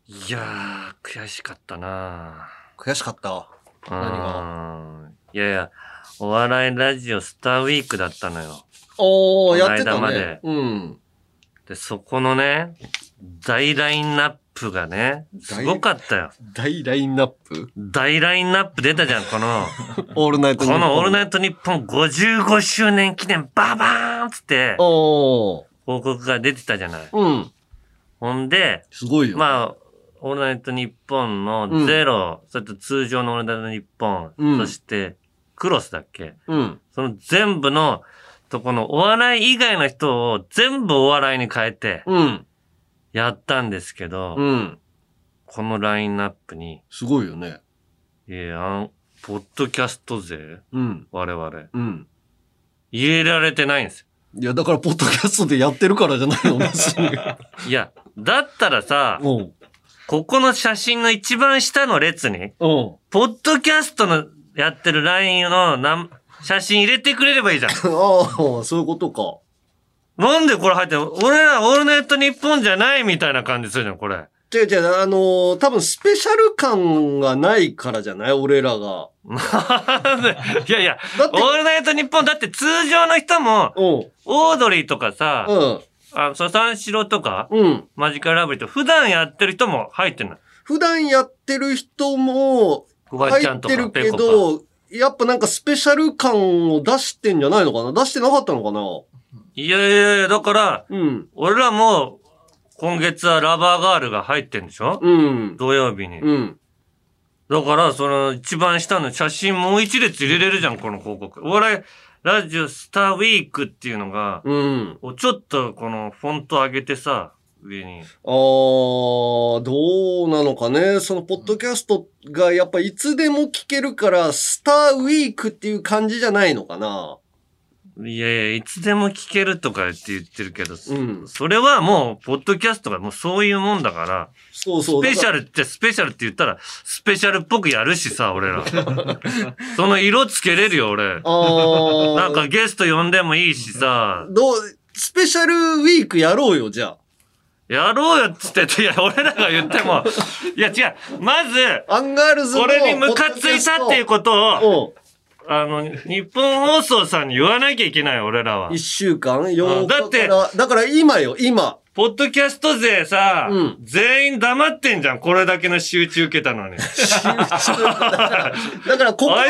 いやー、悔しかったな悔しかった。何が。いやいや、お笑いラジオスターウィークだったのよ。 やってたね。 で、そこのね、大ラインナップがね、すごかったよ。 大ラインナップ出たじゃん、この。 オールナイトニッポン。 このオールナイトニッポン55周年記念ババーンつって、報告が出てたじゃない。ほんで、 すごいよ。 まあ、オールナイトニッポンのゼロ、それと通常のオールナイトニッポン、そしてクロスだっけ、その全部のとこのお笑い以外の人を全部お笑いに変えて、やったんですけど、このラインナップに、 すごいよね。 ポッドキャスト勢、我々、入れられてないんですよ。 いや、だからポッドキャストでやってるからじゃないのいや、だったらさ、ここの写真の一番下の列に、ポッドキャストのやってる LINE の写真入れてくれればいいじゃん。 そういうことか。 なんでこれ入ってる？俺らオールナイトニッポンじゃないみたいな感じするじゃん、これ。 違う、多分スペシャル感がないからじゃない俺らが。 なんでいやいや、オールナイトニッポンだって通常の人も、オードリーとかさ、三四郎とか、マジカルラブリーと普段やってる人も入ってんの。 普段やってる人も入ってるけど、やっぱなんかスペシャル感を出してんじゃないのかな？出してなかったのかな？ いや、だから、俺らも、今月はラバーガールが入ってんでしょ？土曜日に。だから、その一番下の写真もう一列入れれるじゃん、この広告。お笑いラジオスターウィークっていうのが、ちょっとこのフォント上げてさ、上に。どうなのかね。そのポッドキャストがやっぱいつでも聞けるから、スターウィークっていう感じじゃないのかな。 いや、いつでも聞けるとかって言ってるけど、それはもう、ポッドキャストがもうそういうもんだから、スペシャルって言ったら、スペシャルっぽくやるしさ、俺ら。その色つけれるよ、俺。なんかゲスト呼んでもいいしさ。 スペシャルウィークやろうよ、じゃあ。 やろうよっつって、いや、俺らが言っても、いや違う、まず、 アンガールズの俺にムカついたっていうことを、日本放送さんに言わなきゃいけないよ、俺らは。 1週間 ?4 だって、 だから今よ、今。 ポッドキャスト勢さ、全員黙ってんじゃん、これだけの集中受けたのに。集中だからここ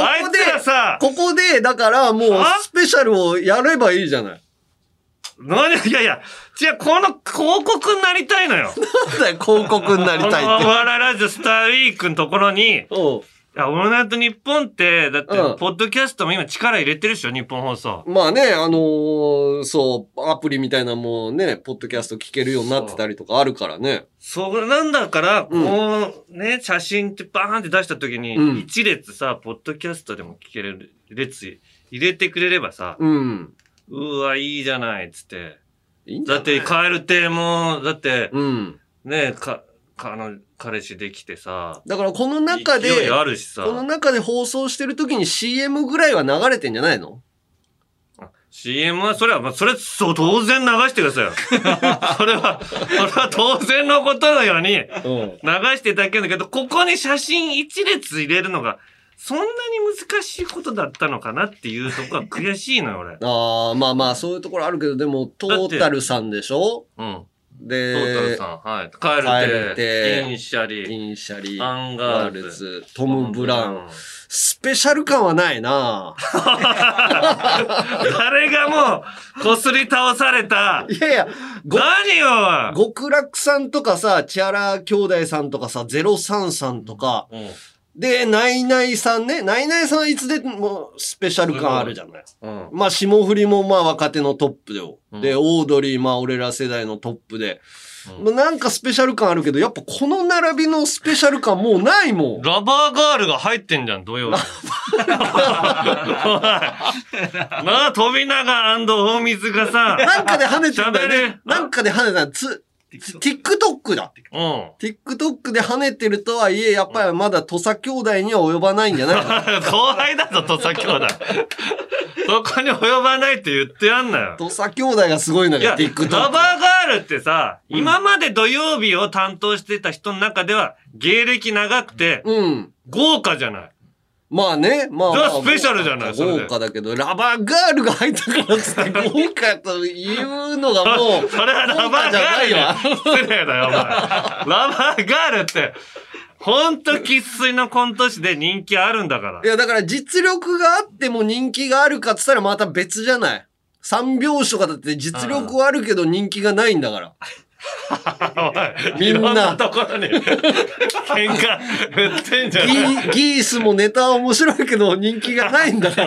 で、だからもうスペシャルをやればいいじゃない。 いや、違う、この広告になりたいのよ。 なんだよ、広告になりたいって。 お笑いラジオスターウィークのところに、オールナイトニッポンって、だって、ポッドキャストも今力入れてるでしょ、日本放送。 まあね、アプリみたいなもんね、ポッドキャスト聞けるようになってたりとかあるからね。 そうなんだから、こうね、写真ってバーンって出した時に、一列さ、ポッドキャストでも聞ける列入れてくれればさ、うわ、いいじゃない、つって。だって、カエル亭も、だって、ね、彼氏できてさ。 だからこの中で、 勢いあるしさ。 この中で放送してる時に CM ぐらいは流れてんじゃないの？ CM は、それは当然流してくださいよ。それは当然のことのように、流していただけるんだけど、ここに写真一列入れるのが、そんなに難しいことだったのかなっていうとこは悔しいのよ、俺。 まあ、そういうところあるけど、でも、トータルさんでしょ？で、 トータルさん、はい。カエル亭、銀シャリ、アンガールズ、 トム・ブラウン。スペシャル感はないな誰がもう、こすり倒された。 いや、 何よ極楽さんとかさ、千原兄弟さんとかさ、03さんとか、で、ナイナイさんね。ナイナイさんはいつでもスペシャル感あるじゃない。まあ、霜降りもまあ若手のトップで、で、オードリーまあ俺ら世代のトップで。なんかスペシャル感あるけど、やっぱこの並びのスペシャル感もうないもん。 ラバーガールが入ってんじゃん、土曜日。なあ、飛永&大水がさ、 なんかで跳ねてたよね。なんかで跳ねた。TikTok だ。TikTok で跳ねてるとはいえ、やっぱりまだ土佐兄弟には及ばないんじゃないかな。 後輩だぞ、土佐兄弟。土そこに及ばないって言ってやんなよ。 土佐兄弟がすごいのよ、 TikTok。ラバーガールってさ、今まで土曜日を担当してた人の中では、芸歴長くて、豪華じゃない。 まあね、まあ。 スペシャルじゃない、それで。 豪華だけど、ラバーガールが入ったからっつって豪華というのがもう、 それはラバーガールじゃないよ。失礼だよ、お前。ラバーガールって、ほんと生粋のコント師で人気あるんだから。 いや、だから実力があっても人気があるかって言ったらまた別じゃない。三拍子とかだって実力はあるけど人気がないんだから。みんな。 ところに喧嘩売ってんじゃん。 ギースもネタは面白いけど人気がないんだから。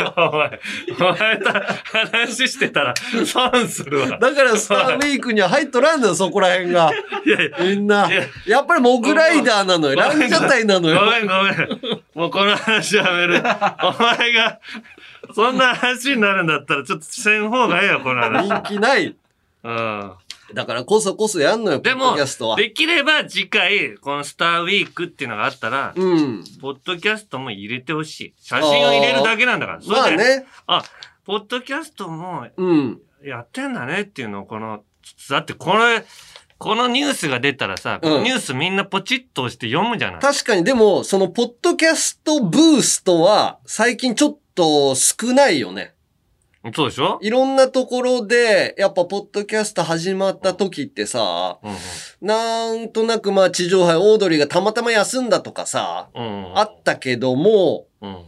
お前と話してたら損するわ。 だからスターウィークには入っとらんのよ、そこら辺が。みんな。やっぱりモグライダーなのよ。ランジャタイなのよ。 ごめん。もうこの話やめる。お前が、そんな話になるんだったらちょっとせん方がええよ、この話。 人気ない。だからこそやんのよ、ポッドキャストは。 できれば次回、このスターウィークっていうのがあったら、ポッドキャストも入れてほしい。写真を入れるだけなんだから。 まあね。 ポッドキャストも、やってんだねっていうのを、だってこのニュースが出たらさ、ニュースみんなポチッと押して読むじゃない。 確かに、でも、そのポッドキャストブーストは、最近ちょっと少ないよね。 そうでしょ？ いろんなところで、やっぱポッドキャスト始まった時ってさ、なんとなくまあ地上波オードリーがたまたま休んだとかさ、あったけども、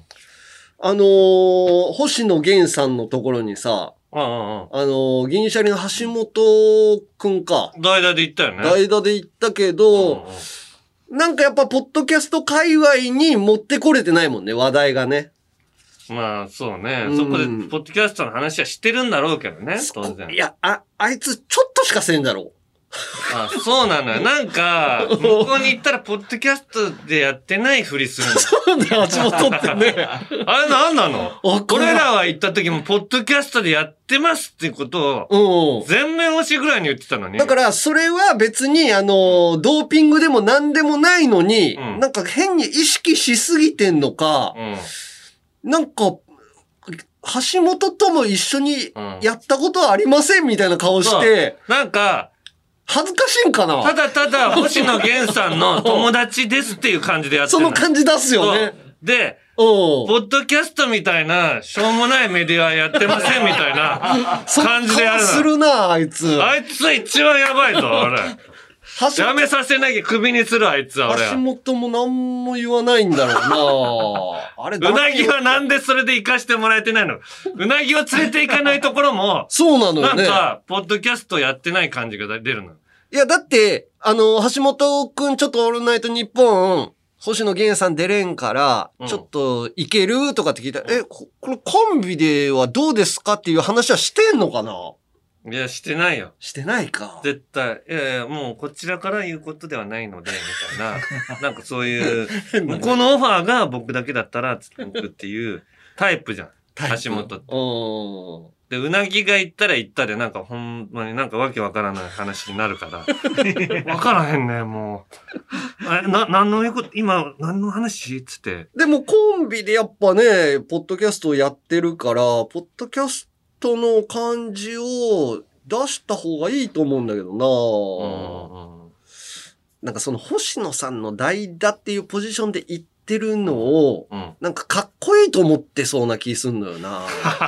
星野源さんのところにさ、銀シャリの橋本くんか。 代打で行ったよね。 代打で行ったけど、なんかやっぱポッドキャスト界隈に持ってこれてないもんね、話題がね。 まあ、そうね。そこで、ポッドキャストの話はしてるんだろうけどね、当然。 いや、あいつ、ちょっとしかせんだろう。 そうなのよ。なんか、向こうに行ったら、ポッドキャストでやってないふりするの。 そうだよ、橋本ってね。 あれなんなの？俺らは行った時も、ポッドキャストでやってますってことを、全面押しぐらいに言ってたのに。 だから、それは別に、ドーピングでも何でもないのに、なんか変に意識しすぎてんのか、なんか、橋本とも一緒にやったことはありませんみたいな顔して、 なんか、 恥ずかしいんかな？ ただ、星野源さんの友達ですっていう感じでやってるその感じ出すよね。 で、ポッドキャストみたいな、しょうもないメディアやってませんみたいな感じでやるの。 するな、あいつ。 あいつ一番やばいぞ、俺。やめさせなきゃクビにする、あいつは俺。 橋本も何も言わないんだろうな。あれ、 うなぎはなんでそれで行かしてもらえてないの？うなぎを連れて行かないところも、 そうなのよね。 なんか、ポッドキャストやってない感じが出るの。 いや、だって、橋本くんちょっとオールナイトニッポン、星野源さん出れんから、ちょっといけるとかって聞いたら、これコンビではどうですかっていう話はしてんのかな？ いや、してないよ。 してないか。 絶対。いや、もうこちらから言うことではないので、みたいな。なんかそういう、向こうのオファーが僕だけだったら、僕っていうタイプじゃん。橋本って。で、うなぎが行ったら行ったで、なんかほんまになんかわけわからない話になるから。わからへんね、もう。何のこと、今、何の話つって。 でもコンビでやっぱね、ポッドキャストをやってるから、ポッドキャストの感じを出した方がいいと思うんだけどな。なんかその星野さんの代打っていうポジションで行ってるのを、なんかかっこいいと思ってそうな気すんのよな。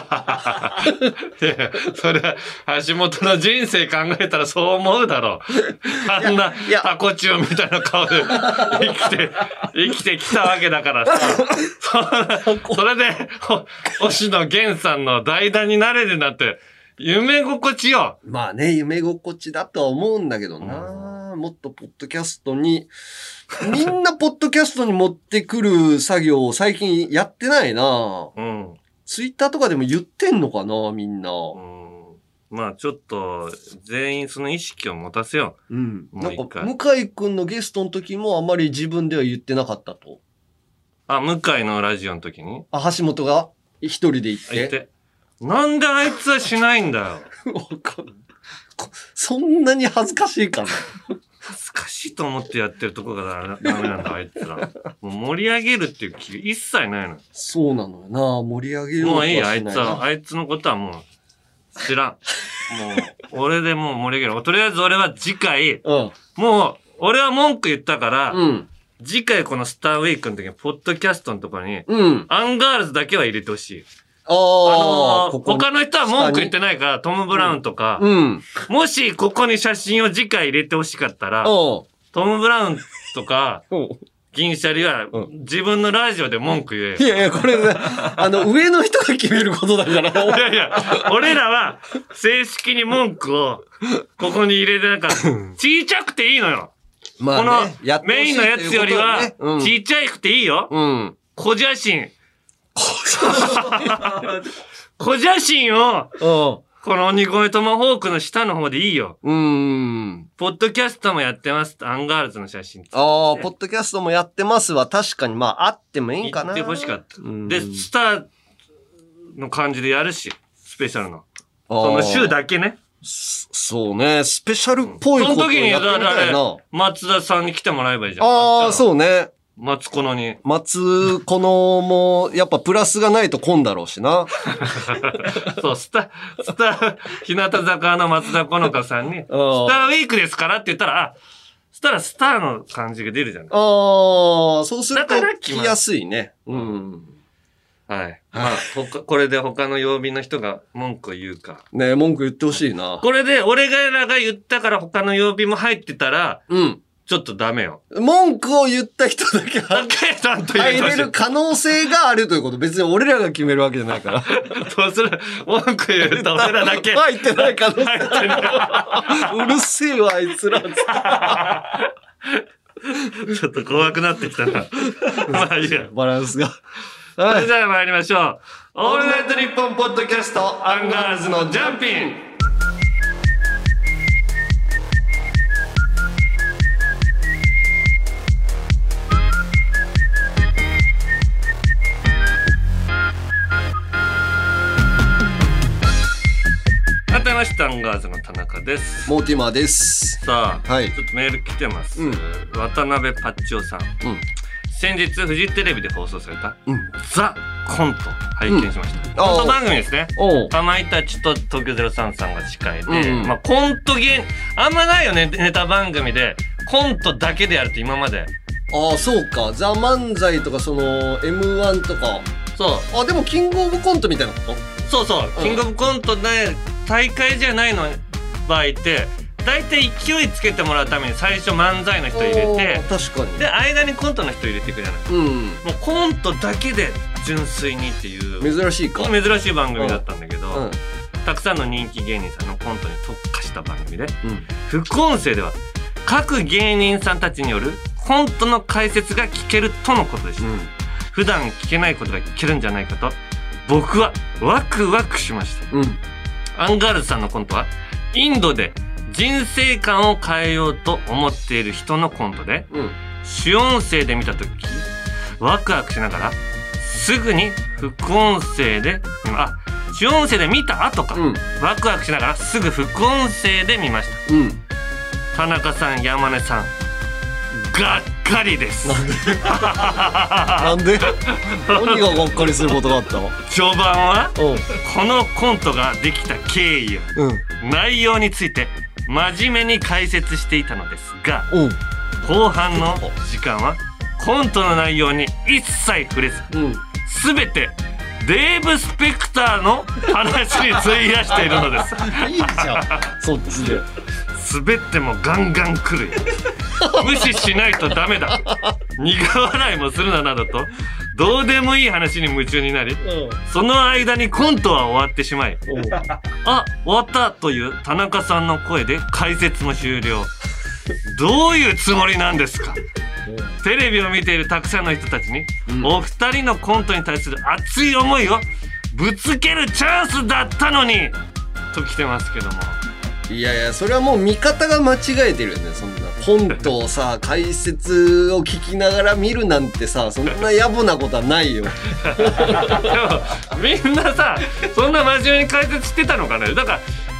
それは橋本の人生考えたらそう思うだろう。あんなタコチュウみたいな顔で生きてきたわけだからさ。それで星野源さんの代打になれるなんて夢心地よ。 まあね、夢心地だとは思うんだけどな。もっとポッドキャストに、みんなポッドキャストに持ってくる作業を最近やってないな。ツイッターとかでも言ってんのかな、みんな。 まあちょっと、全員その意識を持たせよう。 なんか、向井くんのゲストの時もあんまり自分では言ってなかったと。 向井のラジオの時に？ 橋本が一人で行って。 なんであいつはしないんだよ。 そんなに恥ずかしいかな。 恥ずかしいと思ってやってるとこがダメなんだ、あいつら。もう盛り上げるっていう気が一切ないの。 そうなのよな、盛り上げようともういい、あいつのことはもう、知らん。もう、俺でもう盛り上げる。とりあえず俺は次回、もう、俺は文句言ったから、次回このスターウィークの時に、ポッドキャストのところに、アンガールズだけは入れてほしい。他の人は文句言ってないから、トム・ブラウンとか、もしここに写真を次回入れてほしかったら、トム・ブラウンとか、銀シャリは自分のラジオで文句言え。 いやいや、これね、上の人が決めることだから。 いやいや、俺らは正式に文句をここに入れてなかった。ちいちゃくていいのよ。まあね、このメインのやつよりはちいちゃくていいよ。小写真。小写真を、この鬼越トマホークの下の方でいいよ。ポッドキャストもやってます。アンガールズの写真。 ポッドキャストもやってますは確かにまああってもいいかな。 言ってほしかった。で、スターの感じでやるし、スペシャルの。その週だけね。 そうね、スペシャルっぽいことをやってみたいな。 松田さんに来てもらえばいいじゃん。 そうね。 松子のに。 松子のも、やっぱプラスがないと混んだろうしな。 そう、日向坂の松田好花さんに、スターウィークですからって言ったら、スターの感じが出るじゃない。 そうすると来やすいね。 はい。まあ、これで他の曜日の人が文句を言うか。 ね、文句言ってほしいな。 これで俺らが言ったから他の曜日も入ってたら、ちょっとダメよ。 文句を言った人だけ入れる可能性があるということ。別に俺らが決めるわけじゃないから。 どうする？文句言った俺らだけ。 入ってない可能性。うるせえわ、あいつら。 ちょっと怖くなってきたな。まあいいや。 バランスが。 それじゃあ参りましょう。オールナイトニッポンポッドキャストアンガールズのジャンピン。改めましてアンガールズの田中です。 モーティマーです。 さあ、ちょっとメール来てます。渡辺パッチオさん。先日フジテレビで放送された、ザ・コント拝見しました。コント番組ですね。かまいたちと東京03さんが司会で、まあコントあんまないよね、ネタ番組でコントだけでやるって今まで。 そうか。ザ・漫才とかその M1 とか。 そう。 でもキングオブコントみたいなこと？ そう。キングオブコントで大会じゃないの場合って、大体勢いつけてもらうために最初漫才の人入れて、 確かに。 で間にコントの人入れていくじゃない。もうコントだけで純粋にっていう珍しい番組だったんだけど、たくさんの人気芸人さんのコントに特化した番組で、副音声では各芸人さんたちによるコントの解説が聞けるとのことでした。普段聞けないことが聞けるんじゃないかと僕はワクワクしました。アンガールズさんのコントはインドで人生観を変えようと思っている人のコントで、主音声で見たときワクワクしながらすぐに副音声で主音声で見た後か、ワクワクしながらすぐ副音声で見ました。田中さん、山根さん、がっかりです。 なんで何ががっかりすることがあったの？ 序盤はこのコントができた経緯や内容について真面目に解説していたのですが、後半の時間はコントの内容に一切触れず、全てデーブ・スペクターの話に費やしているのです。 いいじゃん、そっちで。 滑ってもガンガン来るよ。無視しないとダメだ。苦笑いもするななどとどうでもいい話に夢中になり、その間にコントは終わってしまい、終わったという田中さんの声で解説も終了。どういうつもりなんですか？テレビを見ているたくさんの人たちに、お二人のコントに対する熱い思いをぶつけるチャンスだったのにと来てますけども。 いやいや、それはもう見方が間違えてるよね。そんなコントをさ解説を聞きながら見るなんてさ、そんな野暮なことはないよ。でもみんなさそんな真面目に解説してたのかね。だから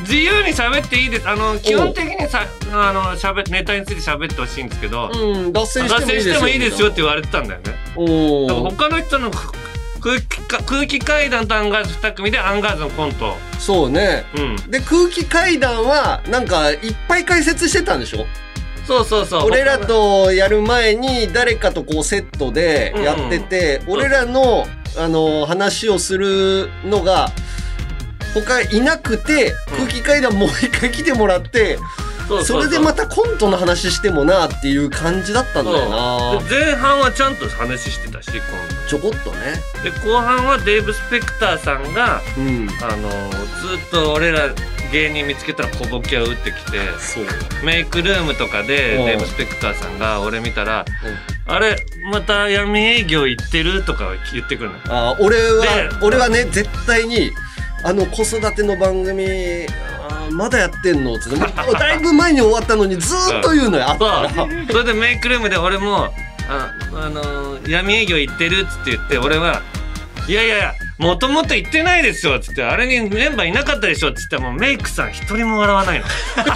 自由に喋っていいです。基本的にさ、ネタについて喋ってほしいんですけど、 脱線してもいいですよって言われてたんだよね。だから他の人の空気階段とアンガールズ2組でアンガールズのコント。 そうね。で、空気階段は、なんか、いっぱい解説してたんでしょ？ そう。 俺らとやる前に誰かとこうセットでやってて、俺らの、話をするのが、他いなくて、空気階段もう一回来てもらって、それでまたコントの話してもなっていう感じだったんだよな。 前半はちゃんと話してたし、 ちょこっとね。 で後半はデーブ・スペクターさんが、ずっと俺ら芸人見つけたら小ボケを打ってきて、メイクルームとかでデーブ・スペクターさんが俺見たら、あれまた闇営業行ってるとか言ってくるの。 俺はね、絶対に子育ての番組まだやってんのってだいぶ前に終わったのにずっと言うのよ。あったらそれでメイクルームで俺も闇営業行ってるっつって言って、俺はいやもともと行ってないですよっつって、あれにメンバーいなかったでしょっつって、もうメイクさん一人も笑わないの。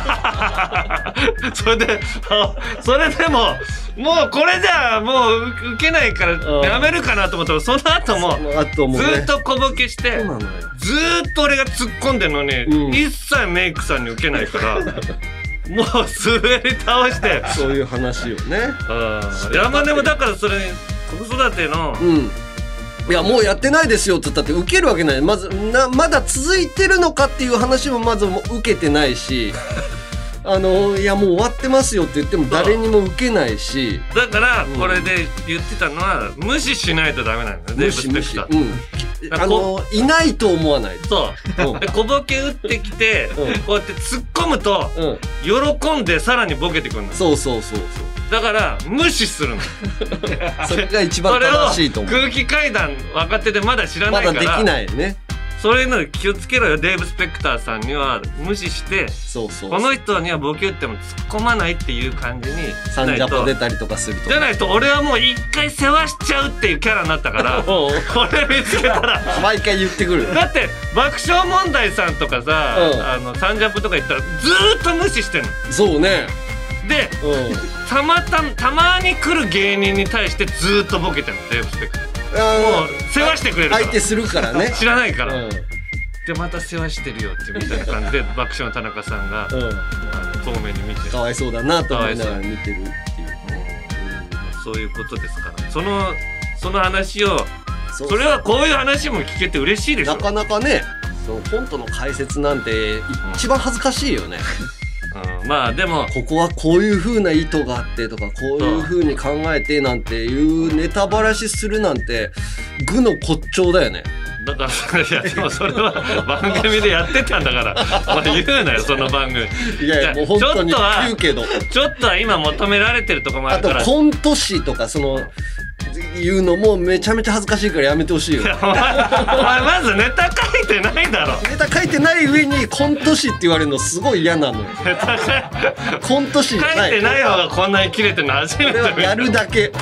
それでもうこれじゃもう受けないからやめるかなと思ったら、その後もずっと小ボケして、ずっと俺が突っ込んでるのに、一切メイクさんに受けないから。もう滑り倒してそういう話をね。 山根もだからそれ子育ての、 いやもうやってないですよって言ったって受けるわけない。まだ続いてるのかっていう話もまず受けてないし、いやもう終わってますよって言っても誰にも受けないし、 だからこれで言ってたのは無視しないとダメなんだよね。 無視いないと思わない。 そうで小ボケ打ってきて、こうやって突っ込むと喜んでさらにボケてくるの。 そうだから無視するの。 それが一番正しいと思う。 空気階段若手でまだ知らないから、 まだできないね。 そういうの気をつけろよ。デーブ・スペクターさんには無視して、この人にはボケ打っても突っ込まないっていう感じにサンジャポ出たりとかすると、 じゃないと俺はもう一回世話しちゃうっていうキャラになったからこれ見つけたら毎回言ってくる。 だって爆笑問題さんとかさ、サンジャポとか言ったらずーっと無視してんの。 そうね。 で、たまに来る芸人に対してずーっとボケてんのデーブ・スペクター。もう世話してくれるから、 相手するからね。 知らないから、でまた世話してるよってみたいな感じで爆笑の田中さんが、遠目に見てかわいそうだなと思いながら見てるっていう、 そういうことですから、その話をそれはこういう話も聞けて嬉しいでしょ。 なかなかね、コントの解説なんて一番恥ずかしいよね。 まあでもここはこういう風な意図があってとか、こういう風に考えてなんていうネタばらしするなんて愚の骨頂だよね。 だからいやでもそれは番組でやってたんだから言うなよその番組。 いやもう本当に言うけど、 ちょっとは今求められてるとこもあるから。 あとコント師とか言うのもめちゃめちゃ恥ずかしいからやめてほしいよ。 お前まずネタ書いてないだろ。 ネタ書いてない上にコント師って言われるのすごい嫌なのよ。コント師じゃない。 書いてない方がこんなに切れてるの初めて見た。 これはやるだけ。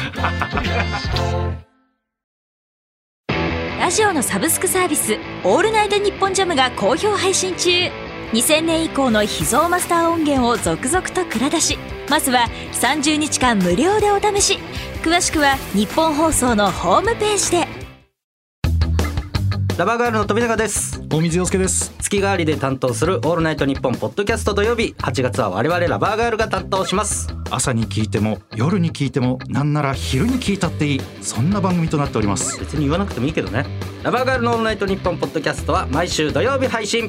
ラジオのサブスクサービス「オールナイトニッポンジャム」が好評配信中。2000年以降の秘蔵マスター音源を続々と蔵出し。まずは30日間無料でお試し。詳しくは日本放送のホームページで。 ラバーガールの富永です。 大水洋介です。 月替わりで担当するオールナイトニッポンポッドキャスト土曜日、8月は我々ラバーガールが担当します。 朝に聞いても夜に聞いてもなんなら昼に聞いたっていい、そんな番組となっております。 別に言わなくてもいいけどね。ラバーガールのオールナイトニッポンポッドキャストは毎週土曜日配信。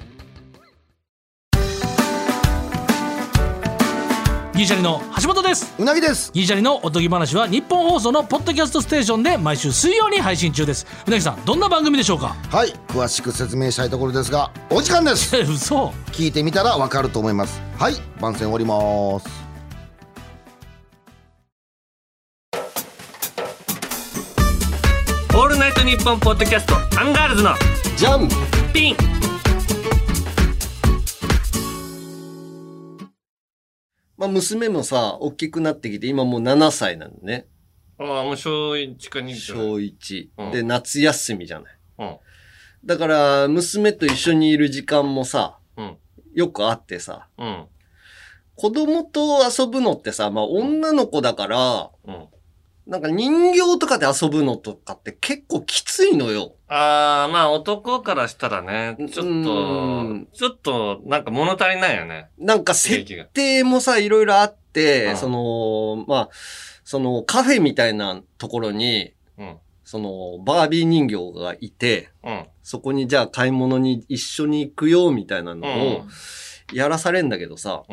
ギリシャリの橋本です。 うなぎです。 ギリシャリのおとぎ話は日本放送のポッドキャストステーションで毎週水曜に配信中です。うなぎさん、どんな番組でしょうか？ はい、詳しく説明したいところですがお時間です。 嘘。 聞いてみたらわかると思います。はい、番宣終わります。 オールナイトニッポンポッドキャストアンガールズのジャンピン。 娘もさ大きくなってきて今もう7歳なのね。 もう小1か2 小1、で夏休みじゃない、 うん、 だから娘と一緒にいる時間もさ、 よくあってさ、子供と遊ぶのってさ、まあ女の子だから、なんか人形とかで遊ぶのとかって結構きついのよ。 まあ男からしたらね、ちょっとなんか物足りないよね。 なんか設定もさ、いろいろあって、まあ、カフェみたいなところに、バービー人形がいて、そこにじゃあ買い物に一緒に行くよ、みたいなのをやらされんだけどさ、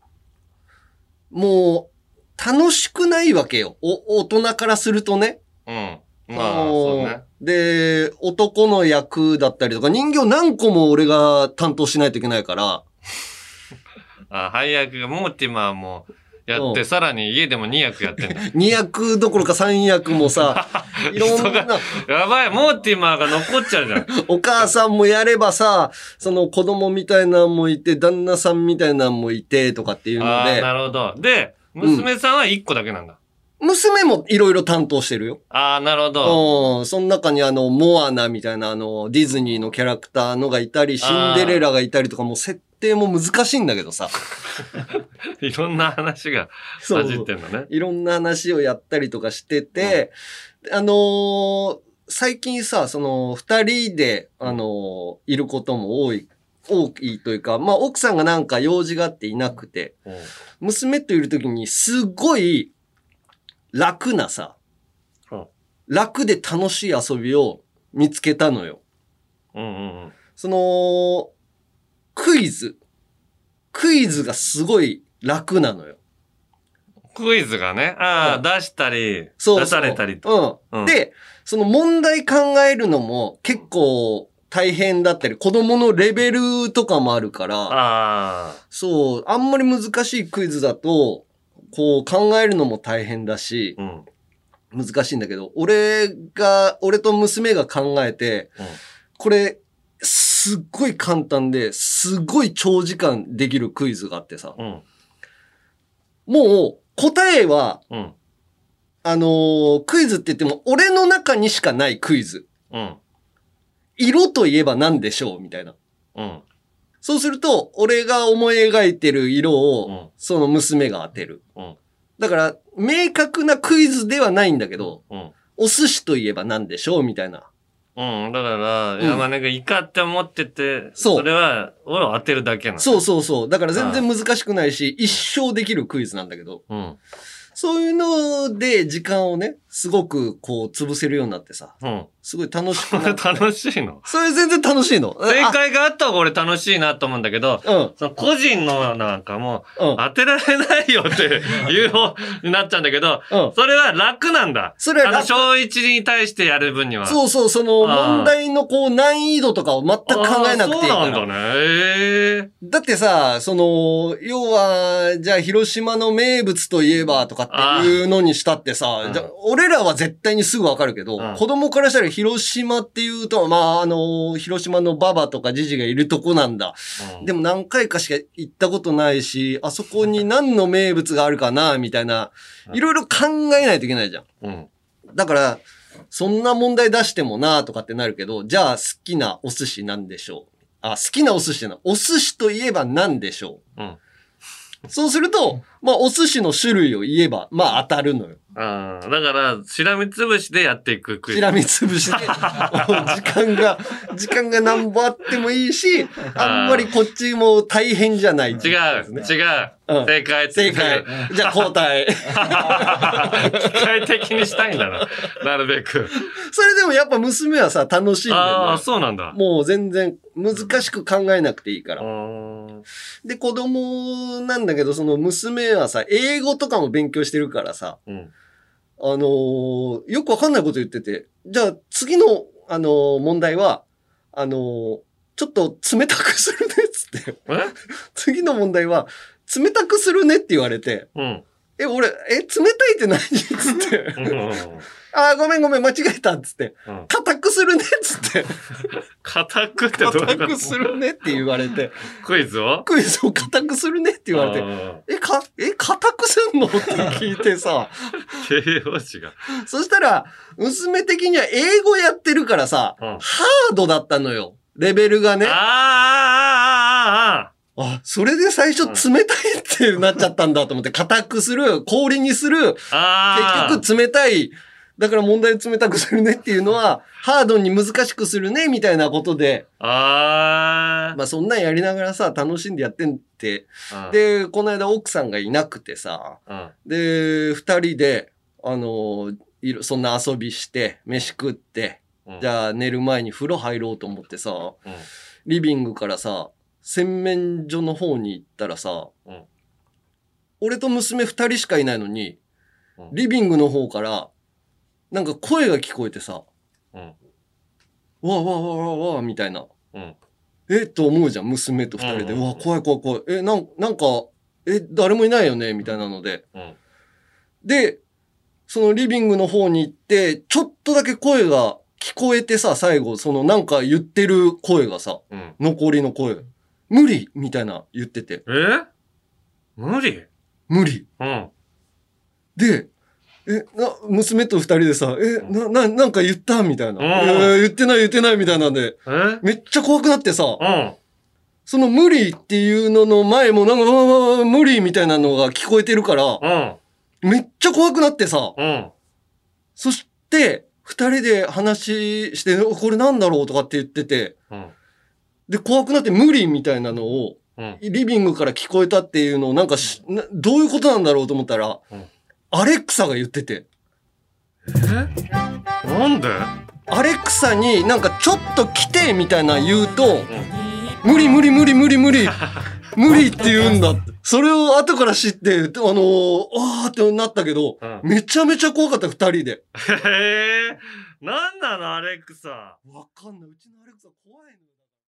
もう、楽しくないわけよ。大人からするとね。そうね。で、男の役だったりとか、人形何個も俺が担当しないといけないから。 配役が、モーティマーもやって、さらに家でも2役やってんだ。 2役どころか3役もさ、いろんな。 やばい、モーティマーが残っちゃうじゃん。 お母さんもやればさ、その子供みたいなのもいて、旦那さんみたいなのもいて、とかっていうので。 なるほど。で、娘さんは1個だけなんだ。 娘もいろいろ担当してるよ。 なるほど。 その中にモアナみたいなディズニーのキャラクターのがいたり、シンデレラがいたりとか、もう設定も難しいんだけどさ。 いろんな話が混じってんのね。 いろんな話をやったりとかしてて、最近さ、二人で、いることも多いというか、まあ、奥さんがなんか用事があっていなくて、娘といるときにすごい楽なさ、楽で楽しい遊びを見つけたのよ。クイズがすごい楽なのよ。 クイズがね、出したり、出されたりと。 で、その問題考えるのも結構大変だったり、子供のレベルとかもあるから、そう、あんまり難しいクイズだと、こう考えるのも大変だし、難しいんだけど、俺と娘が考えて、これ、すっごい簡単で、すごい長時間できるクイズがあってさ、もう答えは、クイズって言っても、俺の中にしかないクイズ。色といえば何でしょうみたいな。そうすると、俺が思い描いてる色を、その娘が当てる。だから、明確なクイズではないんだけど、お寿司といえば何でしょうみたいな。 だから、山根がイカって思ってて、それは、俺を当てるだけなの。 そう。だから全然難しくないし、一生できるクイズなんだけど、そういうので時間をね、すごくこう潰せるようになってさ。すごい楽しくなって。 楽しいの？ それ全然楽しいの。 正解があった方が俺楽しいなと思うんだけど、その個人のなんかも当てられないよっていう方になっちゃうんだけど、それは楽なんだ。 それは楽。 小1に対してやる分には。 そう、その問題のこう難易度とかを全く考えなくていいから。 そうなんだね。 だってさ、要は、じゃあ広島の名物といえばとかっていうのにしたってさ、じゃ俺らは絶対にすぐわかるけど、子供からしたら広島っていうと、まあ、広島のババとかジジがいるとこなんだ。でも何回かしか行ったことないし、あそこに何の名物があるかな、みたいな、いろいろ考えないといけないじゃん。だから、そんな問題出してもな、とかってなるけど、じゃあ好きなお寿司なんでしょう。好きなお寿司ってのは、お寿司といえば何でしょう。そうすると、まあ、お寿司の種類を言えば、まあ、当たるのよ。 だから、しらみつぶしでやっていくクイズ。 しらみつぶしで、時間が何ぼあってもいいし、あんまりこっちも大変じゃない、 違う。正解。 じゃあ交代。 機械的にしたいんだな。なるべく。 それでもやっぱ娘はさ、楽しんでる。 そうなんだ。 もう全然難しく考えなくていいから。で、子供なんだけど、その娘はさ、英語とかも勉強してるからさ、よくわかんないこと言ってて、じゃあ次の、問題は、ちょっと冷たくするねっつって。次の問題は、冷たくするねって言われて、俺、冷たいって何っつって。ごめん、間違えたっつって。硬くするねっつって。 硬くってどういうこと？ 硬くするねって言われて。 クイズを硬くするねって言われて。硬くすんのって聞いてさ。 形容詞が。 そしたら、娘的には英語やってるからさ、ハードだったのよ。レベルがね。 あ、それで最初冷たいってなっちゃったんだと思って、硬くする、氷にする、結局冷たい、だから問題を冷たくするねっていうのは、ハードに難しくするね、みたいなことで。まあそんなんやりながらさ、楽しんでやってんって。で、この間奥さんがいなくてさ、で、二人で、そんな遊びして、飯食って、じゃあ寝る前に風呂入ろうと思ってさ、リビングからさ、洗面所の方に行ったらさ、俺と娘二人しかいないのに、リビングの方から、なんか声が聞こえてさ、わわわわわわみたいな。と思うじゃん、娘と二人で。うわ、怖い怖い怖い。なんか、誰もいないよねみたいなので。で、そのリビングの方に行って、ちょっとだけ声が聞こえてさ、最後、そのなんか言ってる声がさ、残りの声。無理みたいな言ってて。 無理で、娘と二人でさ、なんか言ったみたいな。言ってないみたいなんで、めっちゃ怖くなってさ、その無理っていうのの前もなんか、無理みたいなのが聞こえてるから、めっちゃ怖くなってさ、そして、二人で話して、これなんだろうとかって言ってて、で、怖くなって無理みたいなのを、リビングから聞こえたっていうのをなんかどういうことなんだろうと思ったら、アレクサが言ってて。 なんで？ アレクサになんかちょっと来てみたいな言うと、無理無理って言うんだって。それを後から知って、ってなったけど、めちゃめちゃ怖かった、二人で。 なんなのアレクサ。 わかんない。うちのアレクサ怖いの。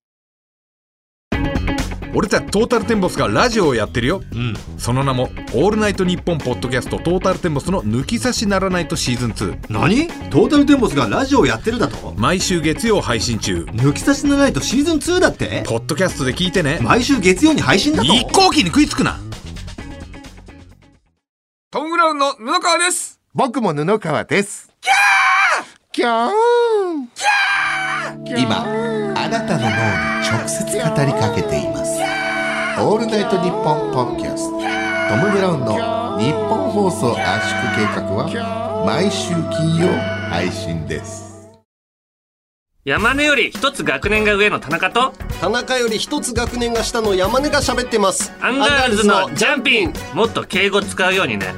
俺たちトータルテンボスがラジオをやってるよ、その名もオールナイトニッポンポッドキャストトータルテンボスの抜き差しならないとシーズン2。 何？トータルテンボスがラジオをやってるだと？ 毎週月曜配信中。 抜き差しならないとシーズン2だって？ ポッドキャストで聞いてね。 毎週月曜に配信だと？ 一向機に食いつくな。 トム・ブラウンの布川です。 僕も布川です。キャー今あなたの脳に直接語りかけています。オールナイトニッポンポッドキャストトム・ブラウンの日本放送圧縮計画は毎週金曜配信です。 山根より一つ学年が上の田中と田中より一つ学年が下の山根が喋ってます。 アンガールズのジャンピン。もっと敬語使うようにね。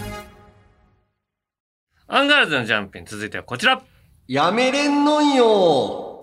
アンガールズのジャンピン、続いてはこちら。 やめれんのんよ。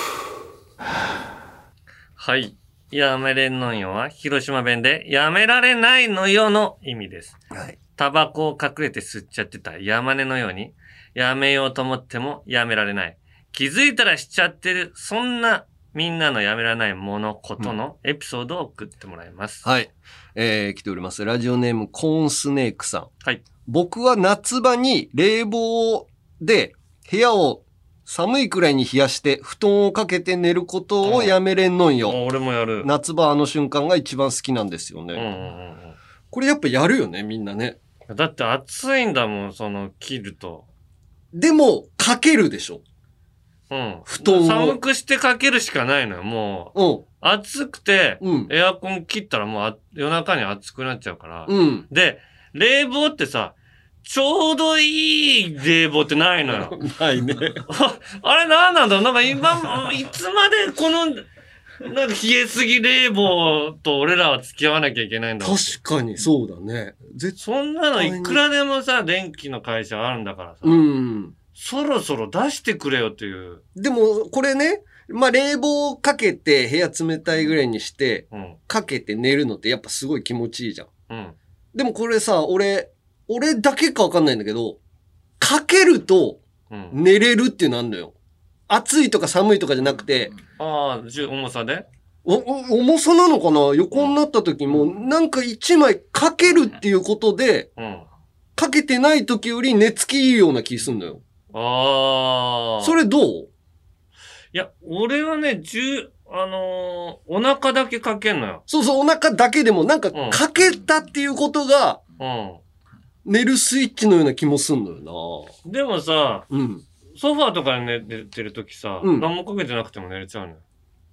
はい。やめれんのんよは広島弁でやめられないのよの意味です。タバコを隠れて吸っちゃってた山根のようにやめようと思ってもやめられない。気づいたらしちゃってる。そんなみんなのやめられないものことのエピソードを送ってもらいます。 はい。来ております。ラジオネームコーンスネークさん。 はい。 僕は夏場に冷房で部屋を寒いくらいに冷やして布団をかけて寝ることをやめれんのんよ。 俺もやる。 夏場あの瞬間が一番好きなんですよね。これやっぱやるよね、みんなね。 だって暑いんだもん、切ると。 でも、かけるでしょ。布団を。 寒くしてかけるしかないのよ、もう。暑くて、エアコン切ったらもう夜中に暑くなっちゃうから。で、冷房ってさ、ちょうどいい冷房ってないのよ。 ないね。 あれなんなんだろう、なんか今、いつまでこの、なんか冷えすぎ冷房と俺らは付き合わなきゃいけないんだろう。 確かにそうだね。 そんなのいくらでもさ、電気の会社あるんだからさ。そろそろ出してくれよっていう。 でも、これね、まあ、冷房かけて部屋冷たいぐらいにして、かけて寝るのってやっぱすごい気持ちいいじゃん。でもこれさ、俺だけかわかんないんだけど、かけると寝れるっていうのあんのよ。暑いとか寒いとかじゃなくて。 重さで重さなのかな？横になった時も、なんか一枚かけるっていうことで、かけてない時より寝つきいいような気すんのよ。それどう？ いや、俺はね、お腹だけかけんのよ。 そうそう、お腹だけでも、なんか、かけたっていうことが、寝るスイッチのような気もすんのよな。でもさ、ソファーとかで寝てるときさ、何もかけてなくても寝れちゃうのよ。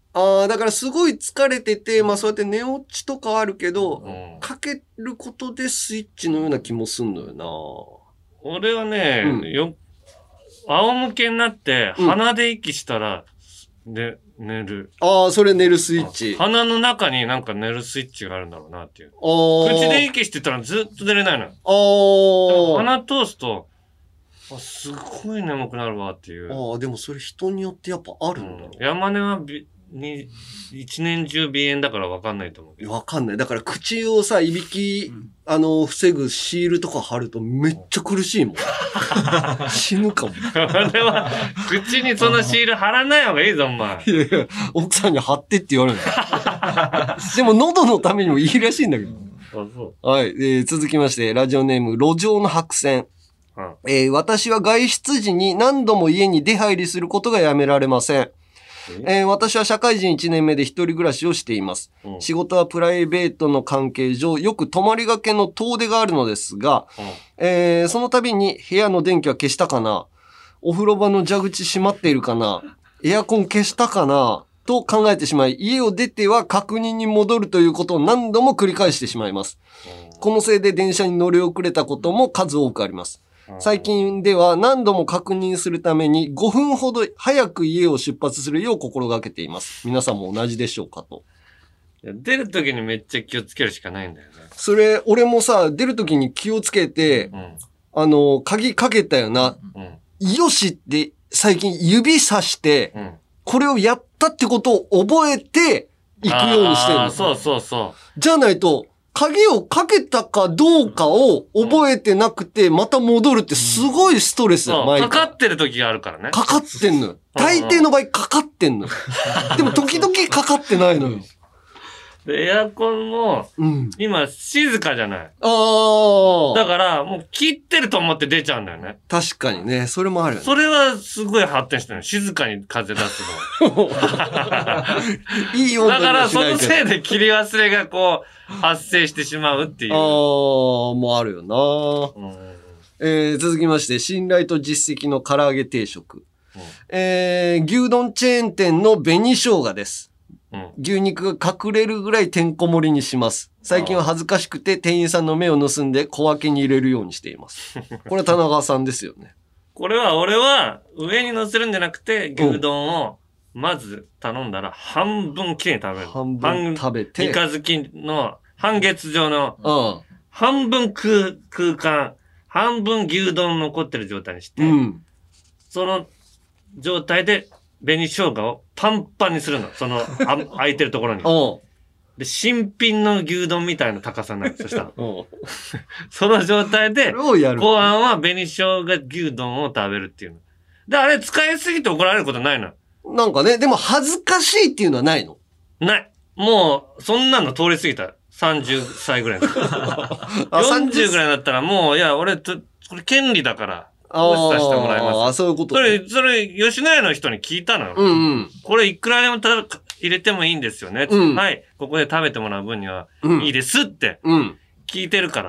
だからすごい疲れてて、まあそうやって寝落ちとかあるけど、かけることでスイッチのような気もすんのよな。 俺はね、仰向けになって鼻で息したら、で、寝る。 それ寝るスイッチ。 鼻の中になんか寝るスイッチがあるんだろうなっていう。口で息してたらずっと寝れないの。鼻通すと、すごい眠くなるわっていう。 でもそれ人によってやっぱあるんだろう。 山根は一年中鼻炎だから分かんないと思う。 分かんない。だから口をさ、いびき、防ぐシールとか貼るとめっちゃ苦しいもん。死ぬかも。 俺は、口にそのシール貼らない方がいいぞ、お前。 いやいや、奥さんに貼ってって言われるの。でも喉のためにもいいらしいんだけど。はい。続きまして、ラジオネーム、路上の白線。私は外出時に何度も家に出入りすることがやめられません。私は社会人1年目で一人暮らしをしています。仕事はプライベートの関係上、よく泊まりがけの遠出があるのですが、その度に部屋の電気は消したかな、お風呂場の蛇口閉まっているかな、エアコン消したかな、と考えてしまい、家を出ては確認に戻るということを何度も繰り返してしまいます。このせいで電車に乗り遅れたことも数多くあります。最近では何度も確認するために5分ほど早く家を出発するよう心がけています。皆さんも同じでしょうかと。 出るときにめっちゃ気をつけるしかないんだよね。 それ、俺もさ、出るときに気をつけて、鍵かけたよな。よしって最近指さして、これをやったってことを覚えて行くようにしてるの。 そうそうそう。 じゃないと、鍵をかけたかどうかを覚えてなくて、また戻るってすごいストレスだよ、 かかってる時があるからね。 かかってんのよ。大抵の場合かかってんのよ。でも時々かかってないのよ。 で、エアコンも、今静かじゃない。だから、もう切ってると思って出ちゃうんだよね。 確かにね。それもあるよね。 それはすごい発展してる。静かに風出すの。 いい音だから、そのせいで切り忘れがこう、発生してしまうっていう。 もうあるよな。続きまして、信頼と実績の唐揚げ定食。牛丼チェーン店の紅生姜です。牛肉が隠れるぐらいてんこ盛りにします。最近は恥ずかしくて店員さんの目を盗んで小分けに入れるようにしています。これは田中さんですよね。 これは俺は上に乗せるんじゃなくて牛丼をまず頼んだら半分きれいに食べる。 半分食べて。 三日月の半月状の半分空間、半分牛丼残ってる状態にして、その状態で紅生姜をパンパンにするの。その、空いてるところに。で、新品の牛丼みたいな高さになる。そしたら。その状態で、ご飯は紅生姜牛丼を食べるっていうの。で、あれ使いすぎて怒られることないの。 なんかね、でも恥ずかしいっていうのはないの？ ない。もう、そんなの通り過ぎた。30歳ぐらいの。40ぐらいだったらもう、いや、これ権利だから。させてもらいます。 そういうこと、 ね。それ、吉野家の人に聞いたの。これいくらでも入れてもいいんですよね。はい。ここで食べてもらう分には、いいですって。聞いてるから。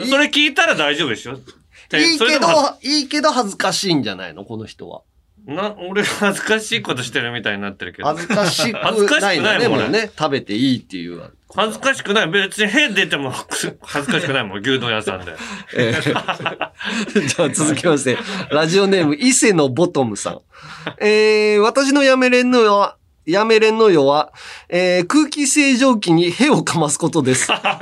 それ聞いたら大丈夫でしょ？ いいけど恥ずかしいんじゃないのこの人は。 俺恥ずかしいことしてるみたいになってるけど。 恥ずかしくないのね、もうね。食べていいっていう。 恥ずかしくない。別に変出ても恥ずかしくないもん。牛丼屋さんで。 じゃあ続きまして、ラジオネーム伊勢のボトムさん。私のやめれんのよは、空気清浄機に屁をかますことです。 これ、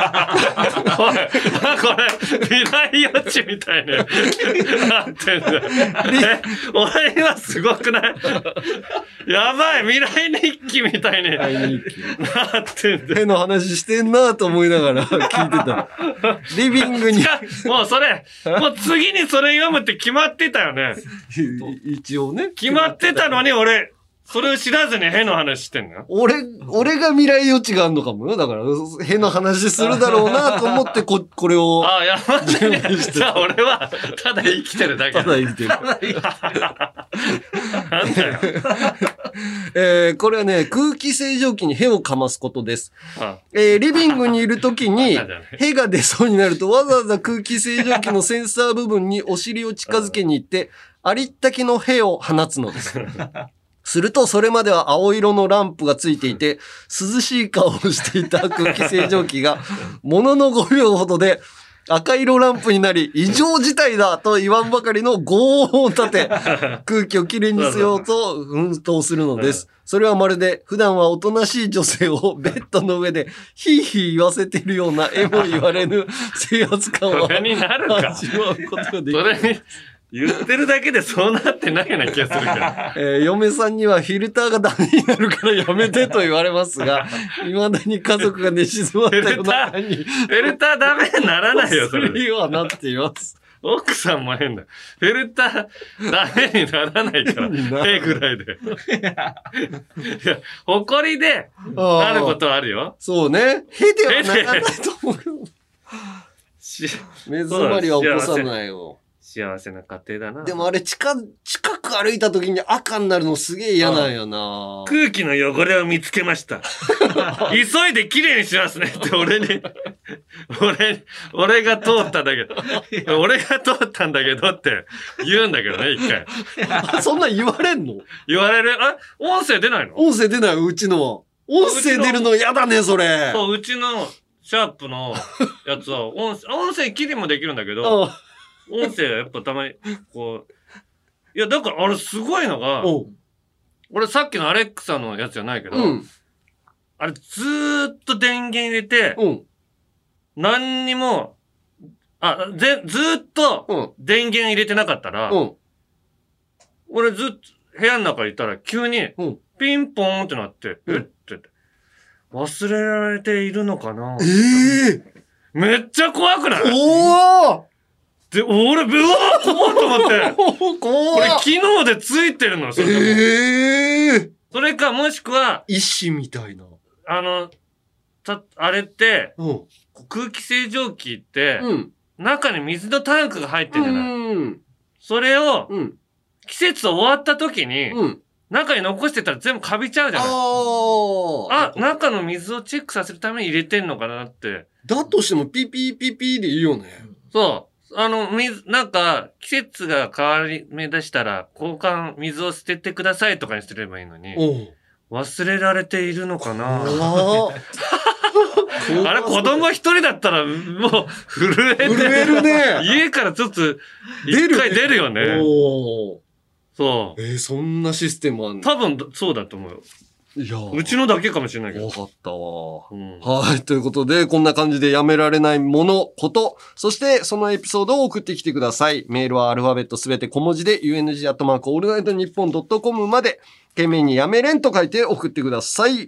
未来予知みたいになってんだ。俺今すごくない？やばい、未来日記みたいになってんだ。 屁の話してんなと思いながら聞いてた。リビングに。 もう次にそれ読むって決まってたよね。 一応ね。 決まってたのに俺、それを知らずに屁の話してんの？ 俺が未来予知があるのかもよ。だから、屁の話するだろうなと思って、これを。 やばい。じゃあ俺は、ただ生きてるだけ。 ただ生きてる。 なんだよ。これはね、空気清浄機に屁をかますことです。リビングにいるときに、屁が出そうになると、わざわざ空気清浄機のセンサー部分にお尻を近づけに行って、ありったけの屁を放つのです。 すると、それまでは青色のランプがついていて、涼しい顔をしていた空気清浄機が、ものの5秒ほどで赤色ランプになり、異常事態だと言わんばかりの轟音を立て、空気をきれいにしようと奮闘するのです。それはまるで、普段はおとなしい女性をベッドの上でヒーヒー言わせているような絵も言われぬ制圧感をそれになるか。 味わうことができる。 それに、言ってるだけでそうなってないような気がするけど。 嫁さんにはフィルターがダメになるからやめてと言われますが、未だに家族が寝静まったような感じに。 フィルターダメにならないよ、それ。 にはなっています。 奥さんも変だ。フィルターダメにならないから、手ぐらいで。いや、埃でなることはあるよ。 そうね。ヘではならないと思う。目詰まりは起こさないよ。 幸せな家庭だな。 でもあれ近く歩いた時に赤になるのすげえ嫌なんよな。 空気の汚れを見つけました。急いで綺麗にしますねって俺が通ったんだけど。俺が通ったんだけどって言うんだけどね、一回。 そんなん言われんの？ 言われる。音声出ないの？ 音声出ない、うちの。音声出るの嫌だね、それ。 そう、うちのシャープのやつは音声切りもできるんだけど、音声はやっぱたまに、こう、いや、だからあれすごいのが、俺さっきのアレクサのやつじゃないけど、あれずーっと電源入れて、何にも、ずーっと電源入れてなかったら、俺ずっと部屋の中にいたら急に、ピンポーンってなって、えって言って、忘れられているのかな？めっちゃ怖くない？ おー！ で、俺、怖っと思って。これ、機能でついてるの、それ。それか、もしくは、 石みたいな。 あれって、空気清浄機って、中に水のタンクが入ってるじゃない。それを、季節終わった時に、中に残してたら全部カビちゃうじゃない。中の水をチェックさせるために入れてんのかなって。 だとしても、ピピーピピーでいいよね。 そう。なんか、季節が変わり目出したら、水を捨ててくださいとかにすればいいのに、忘れられているのかなあれ、子供一人だったら、もう、震えるね。 家からちょっと、一回出るよね。そう。 そんなシステムあんの？ 多分、そうだと思うよ。いやうちのだけかもしれないけど。 わかったわ。はい。ということで、こんな感じでやめられないもの、こと、そしてそのエピソードを送ってきてください。メールはアルファベットすべて小文字で、UNG@allnightnippon.com まで、懸命にやめれんと書いて送ってください。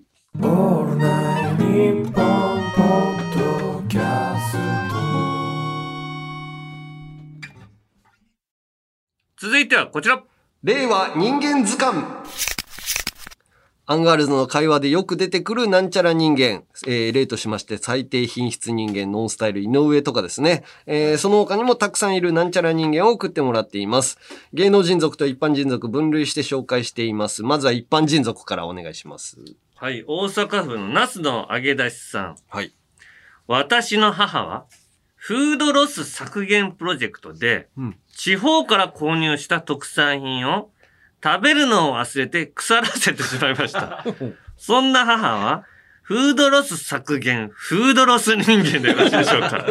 続いてはこちら。 令和人間図鑑。アンガールズの会話でよく出てくるなんちゃら人間。例としまして最低品質人間、ノンスタイル井上とかですね。その他にもたくさんいるなんちゃら人間を送ってもらっています。芸能人族と一般人族分類して紹介しています。まずは一般人族からお願いします。 はい。大阪府の那須の揚げ出しさん。 はい。 私の母は、フードロス削減プロジェクトで、地方から購入した特産品を食べるのを忘れて腐らせてしまいました。そんな母は、フードロス削減、フードロス人間でよろしいでしょうか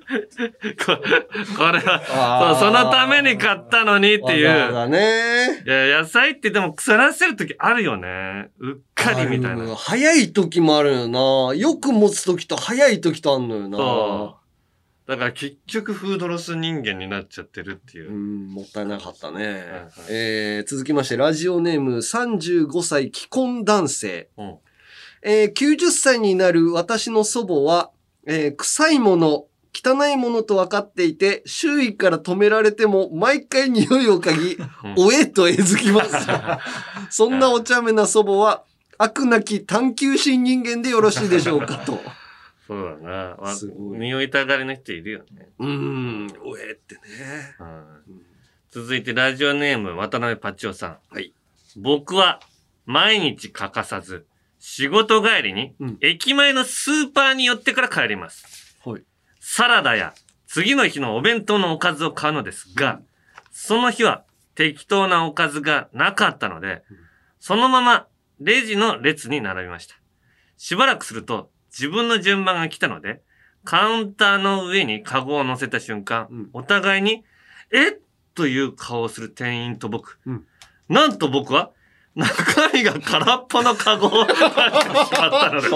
これはそのために買ったのにっていう。 そうだね。 いや、野菜ってでも腐らせるときあるよね。うっかりみたいな。 早い時もあるよな。よく持つ時と早い時とあんのよな。 そう。だから結局フードロス人間になっちゃってるっていう。 もったいなかったね。続きまして、ラジオネーム35歳既婚男性。90歳になる私の祖母は、臭いもの、汚いものと分かっていて、周囲から止められても毎回匂いを嗅ぎ、おえとえずきます。そんなお茶目な祖母は、悪なき探求心人間でよろしいでしょうかと。 そうだな。匂いたがりの人いるよね。 おえってね。 続いてラジオネーム渡辺パチオさん。はい。僕は毎日欠かさず、仕事帰りに、駅前のスーパーに寄ってから帰ります。 はい。 サラダや次の日のお弁当のおかずを買うのですが、その日は適当なおかずがなかったので、 そのままレジの列に並びました。しばらくすると自分の順番が来たので、カウンターの上にカゴを乗せた瞬間、お互いに、えっという顔をする店員と僕。なんと僕は、中身が空っぽのカゴを出してしまったのです。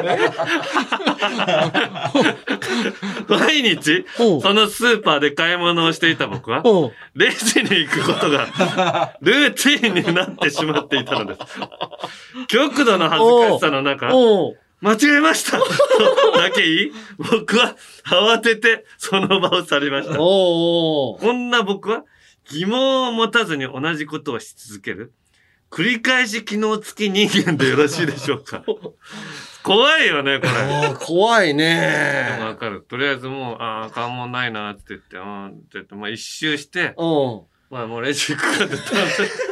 毎日、そのスーパーで買い物をしていた僕は、レジに行くことがルーティンになってしまっていたのです。極度の恥ずかしさの中、間違えましただけ言い、僕は慌ててその場を去りました。こんな僕は疑問を持たずに同じことをし続ける繰り返し機能付き人間でよろしいでしょうか。怖いよね、これ。 怖いね。 わかる。とりあえずもう、関門ないなって言って、って言って、まあ一周して、まあもうレジ行くかって言ったら、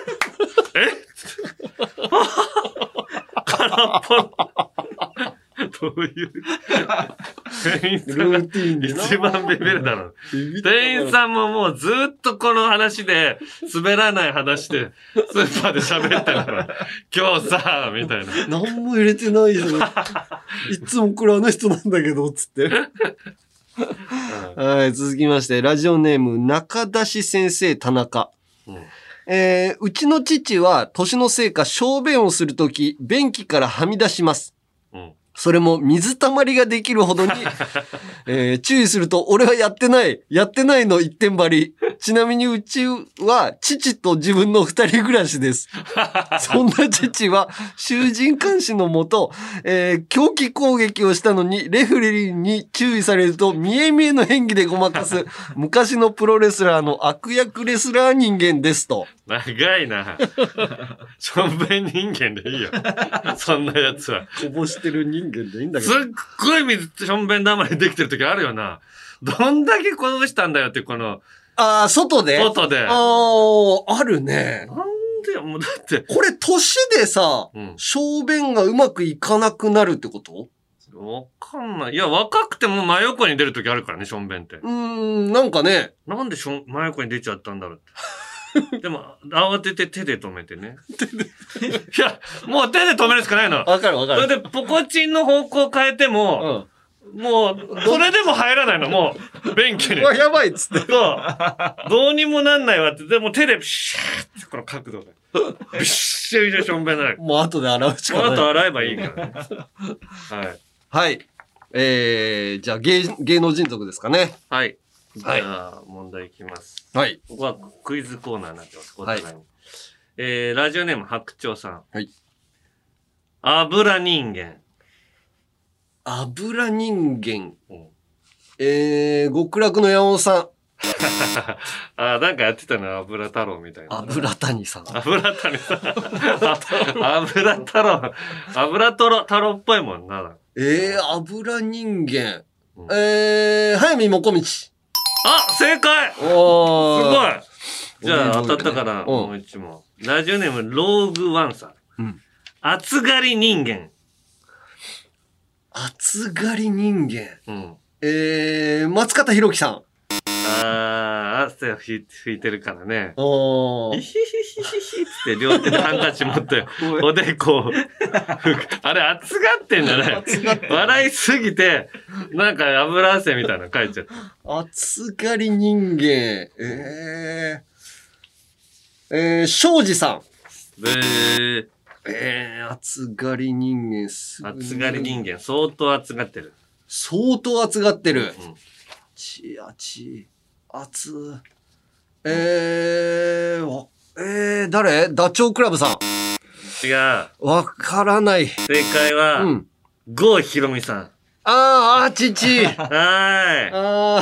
空っぽ。どういう店員さんが一番ビビるだろう。店員さんももうずっとこの話で、滑らない話で、スーパーで喋ってるから、今日さ、みたいな。 何も入れてないよ。いつもこれあの人なんだけど、つって。はい、続きまして、ラジオネーム、中出し先生田中。うちの父は年のせいか小便をするとき、便器からはみ出します。それも水たまりができるほどに、注意すると、俺はやってないの一点張り。ちなみにうちは父と自分の二人暮らしです。そんな父は囚人監視のもと、狂気攻撃をしたのにレフェリーに注意されると見え見えの演技でごまかす昔のプロレスラーの悪役レスラー人間ですと。 長いな。しょんべん人間でいいよ。そんなやつは。 こぼしてる人間でいいんだけど。 すっごい水しょんべんだまりできてる時あるよな。どんだけこぼしたんだよってこの。 外で外で。 あるね。 なんでもうだって。 これ年でさ、小便がうまくいかなくなるってこと？ わかんない。いや、若くても真横に出る時あるからね、しょんべんって。 なんかね。 なんで真横に出ちゃったんだろうって。でも、慌てて手で止めてね。いや、もう手で止めるしかないの。 わかる。 それで、ポコチンの方向変えても、もう、それでも入らないの、もう、便器に。 やばいっつって。 そう。どうにもなんないわって。でも手で、シャーってこの角度で。ビッシャビシャしょんべんになる。 もう後で洗うしかない。 もう後洗えばいいからね。はい。 はい。じゃあ芸能人族ですかね。 はい。じゃあ、問題いきます。 はい。 ここはクイズコーナーになってます。お互いに。ラジオネーム白鳥さん。 はい。 油人間。 油人間。極楽の山本さん。 なんかやってたの油太郎みたいな。 油谷さん。 油谷さん。油太郎。油太郎っぽいもんな。 油人間。早見もこみち。 正解すごいじゃあ当たったからもう一問。ラジオネームローグワンさん。暑がり人間。 暑がり人間。松方弘樹さん。 汗を拭いてるからね。ヒヒヒヒヒって両手でハンカチ持って、おでこをあれ、暑がってんじゃない笑いすぎて、なんか油汗みたいなの書いちゃった。 暑がり人間。庄司さん。暑がり人間。 暑がり人間、相当暑がってる。 相当暑がってる。誰？ダチョウ倶楽部さん。 違う。 わからない。 正解は、郷ひろみさん。 父。 はい。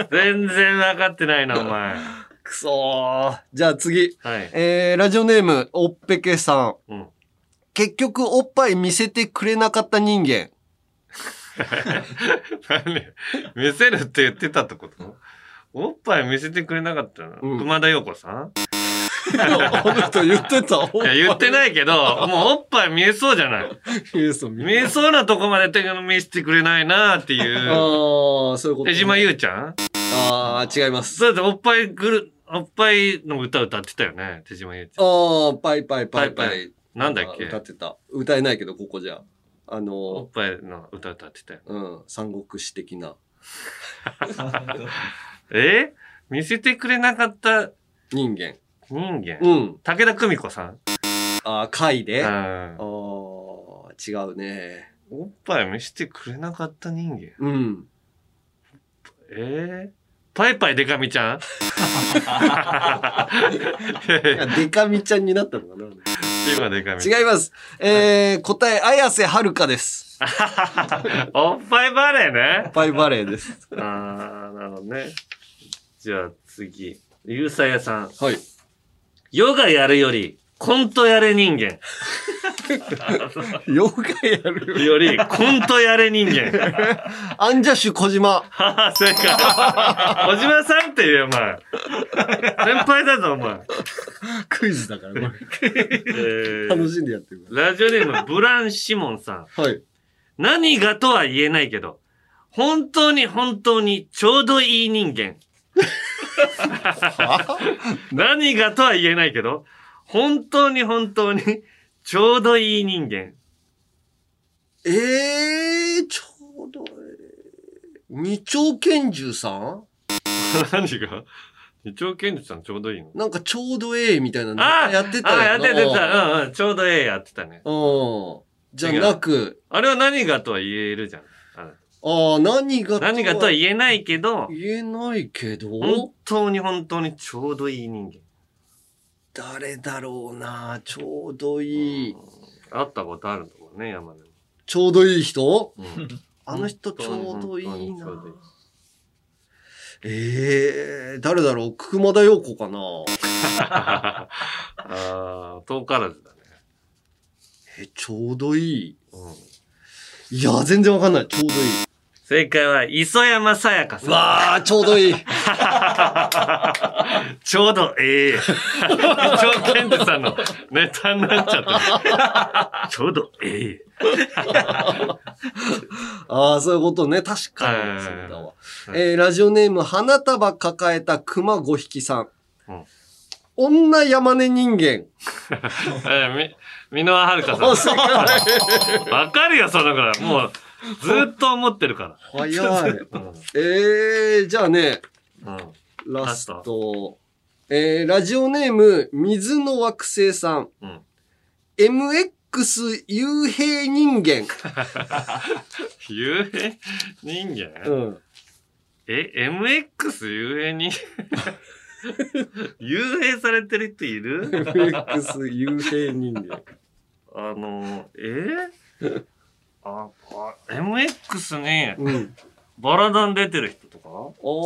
全然分かってないな、お前。 くそー。じゃあ次。 はい。 ラジオネーム、おっぺけさん。結局、おっぱい見せてくれなかった人間。 見せるって言ってたってことおっぱい見せてくれなかったの、熊田曜子さんあの人言ってた。 いや、言ってないけど、もうおっぱい見えそうじゃない。見えそうなとこまで手紙見せてくれないなっていう。 そういうこと。 江島優ちゃん違います。 だっておっぱいおっぱいの歌歌ってたよね、手島優ちゃん。 ああ、パイパイパイパイ。 なんだっけ？ 歌ってた。歌えないけど、ここじゃ。 おっぱいの歌歌ってたよ。 うん。三国志的な。 見せてくれなかった人間。 うん。武田久美子さん。 ああ、回で？ ああ、違うね。 おっぱい見せてくれなかった人間。 うん。 パイパイデカミちゃんデカミちゃんになったのかな今デカミ。 違います。答え、綾瀬はるかです。 おっぱいバレーね。 おっぱいバレーです。 なるほどね。じゃあ次。ゆうさやさん。 はい。 ヨガやるより、コントやれ人間。 ヨガやるより、コントやれ人間。 アンジャッシュ小島。 正解。小島さんって言えよ、お前。先輩だぞ、お前。 クイズだから、これ。楽しんでやってる。 ラジオネーム、ブランシモンさん。 はい。 何がとは言えないけど、本当にちょうどいい人間。何がとは言えないけど、本当にちょうどいい人間。 ちょうど二丁拳銃さん何が二丁拳銃さんちょうどいいの？ なんかちょうどみたいなのやってたよな。 やってた。ちょうどやってたね。 じゃなく。 あれは何がとは言えるじゃん。 何がとは言えないけど。 言えないけど本当にちょうどいい人間。 誰だろうな、ちょうどいい。 会ったことあると思うね、山でも。 ちょうどいい人？あの人ちょうどいいな。誰だろう、熊田曜子かな。 遠からずだね。ちょうどいい。いや、全然わかんない。ちょうどいい。 正解は、磯山さやかさん。 わあ、ちょうどいい。 ちょうど一丁拳銃さんのネタになっちゃって。ちょうどそういうことね。確かに。そうだわ。ラジオネーム、花束抱えた熊5匹さん。女山根人間。 箕輪はるかさん。わかるよ、そのぐらい。もう、ずっと思ってるから。 早い。じゃあね、ラスト。ラジオネーム、水の惑星さん。MX 幽閉人間。 幽閉人間MX 幽閉人間幽閉されてる人いる？ MX 幽閉人間。 MX に、バラダン出てる人とか？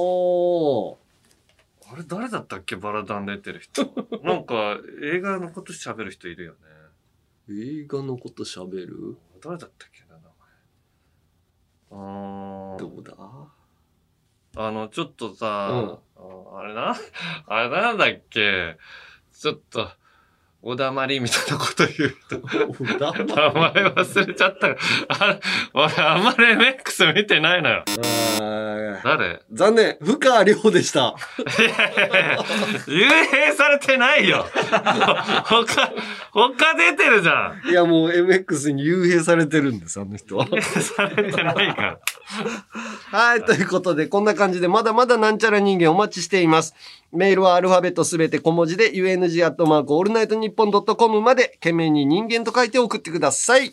あれ誰だったっけ、バラダン出てる人。なんか、映画のこと喋る人いるよね。 映画のこと喋る？ 誰だったっけな、名前。 どうだ？ ちょっとさ、あれなんだっけ、ちょっと、おだまりみたいなこと言うと。名前忘れちゃった。俺あんまり MX 見てないのよ。誰？ 残念。深川亮でした。 幽閉されてないよ。他出てるじゃん。 いやもう MX に幽閉されてるんです、あの人は。 幽閉されてないから。 はい、ということで、こんな感じで、まだまだなんちゃら人間お待ちしています。メールはアルファベットすべて小文字で、UNG@allnightnippon.com まで、懸命に人間と書いて送ってください。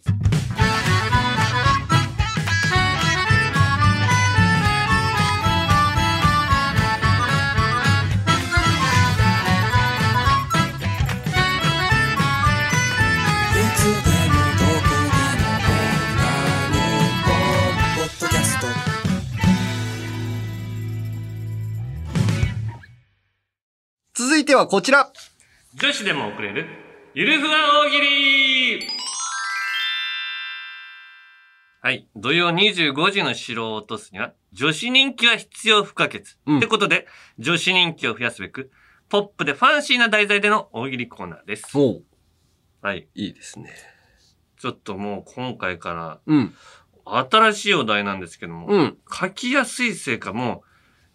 続いてはこちら。 女子でも送れるゆるふわ大喜利。はい。土曜25時の城を落とすには女子人気は必要不可欠。ってことで、女子人気を増やすべく、ポップでファンシーな題材での大喜利コーナーです。はい。 いいですね。 ちょっともう今回から、新しいお題なんですけども、書きやすいせいかも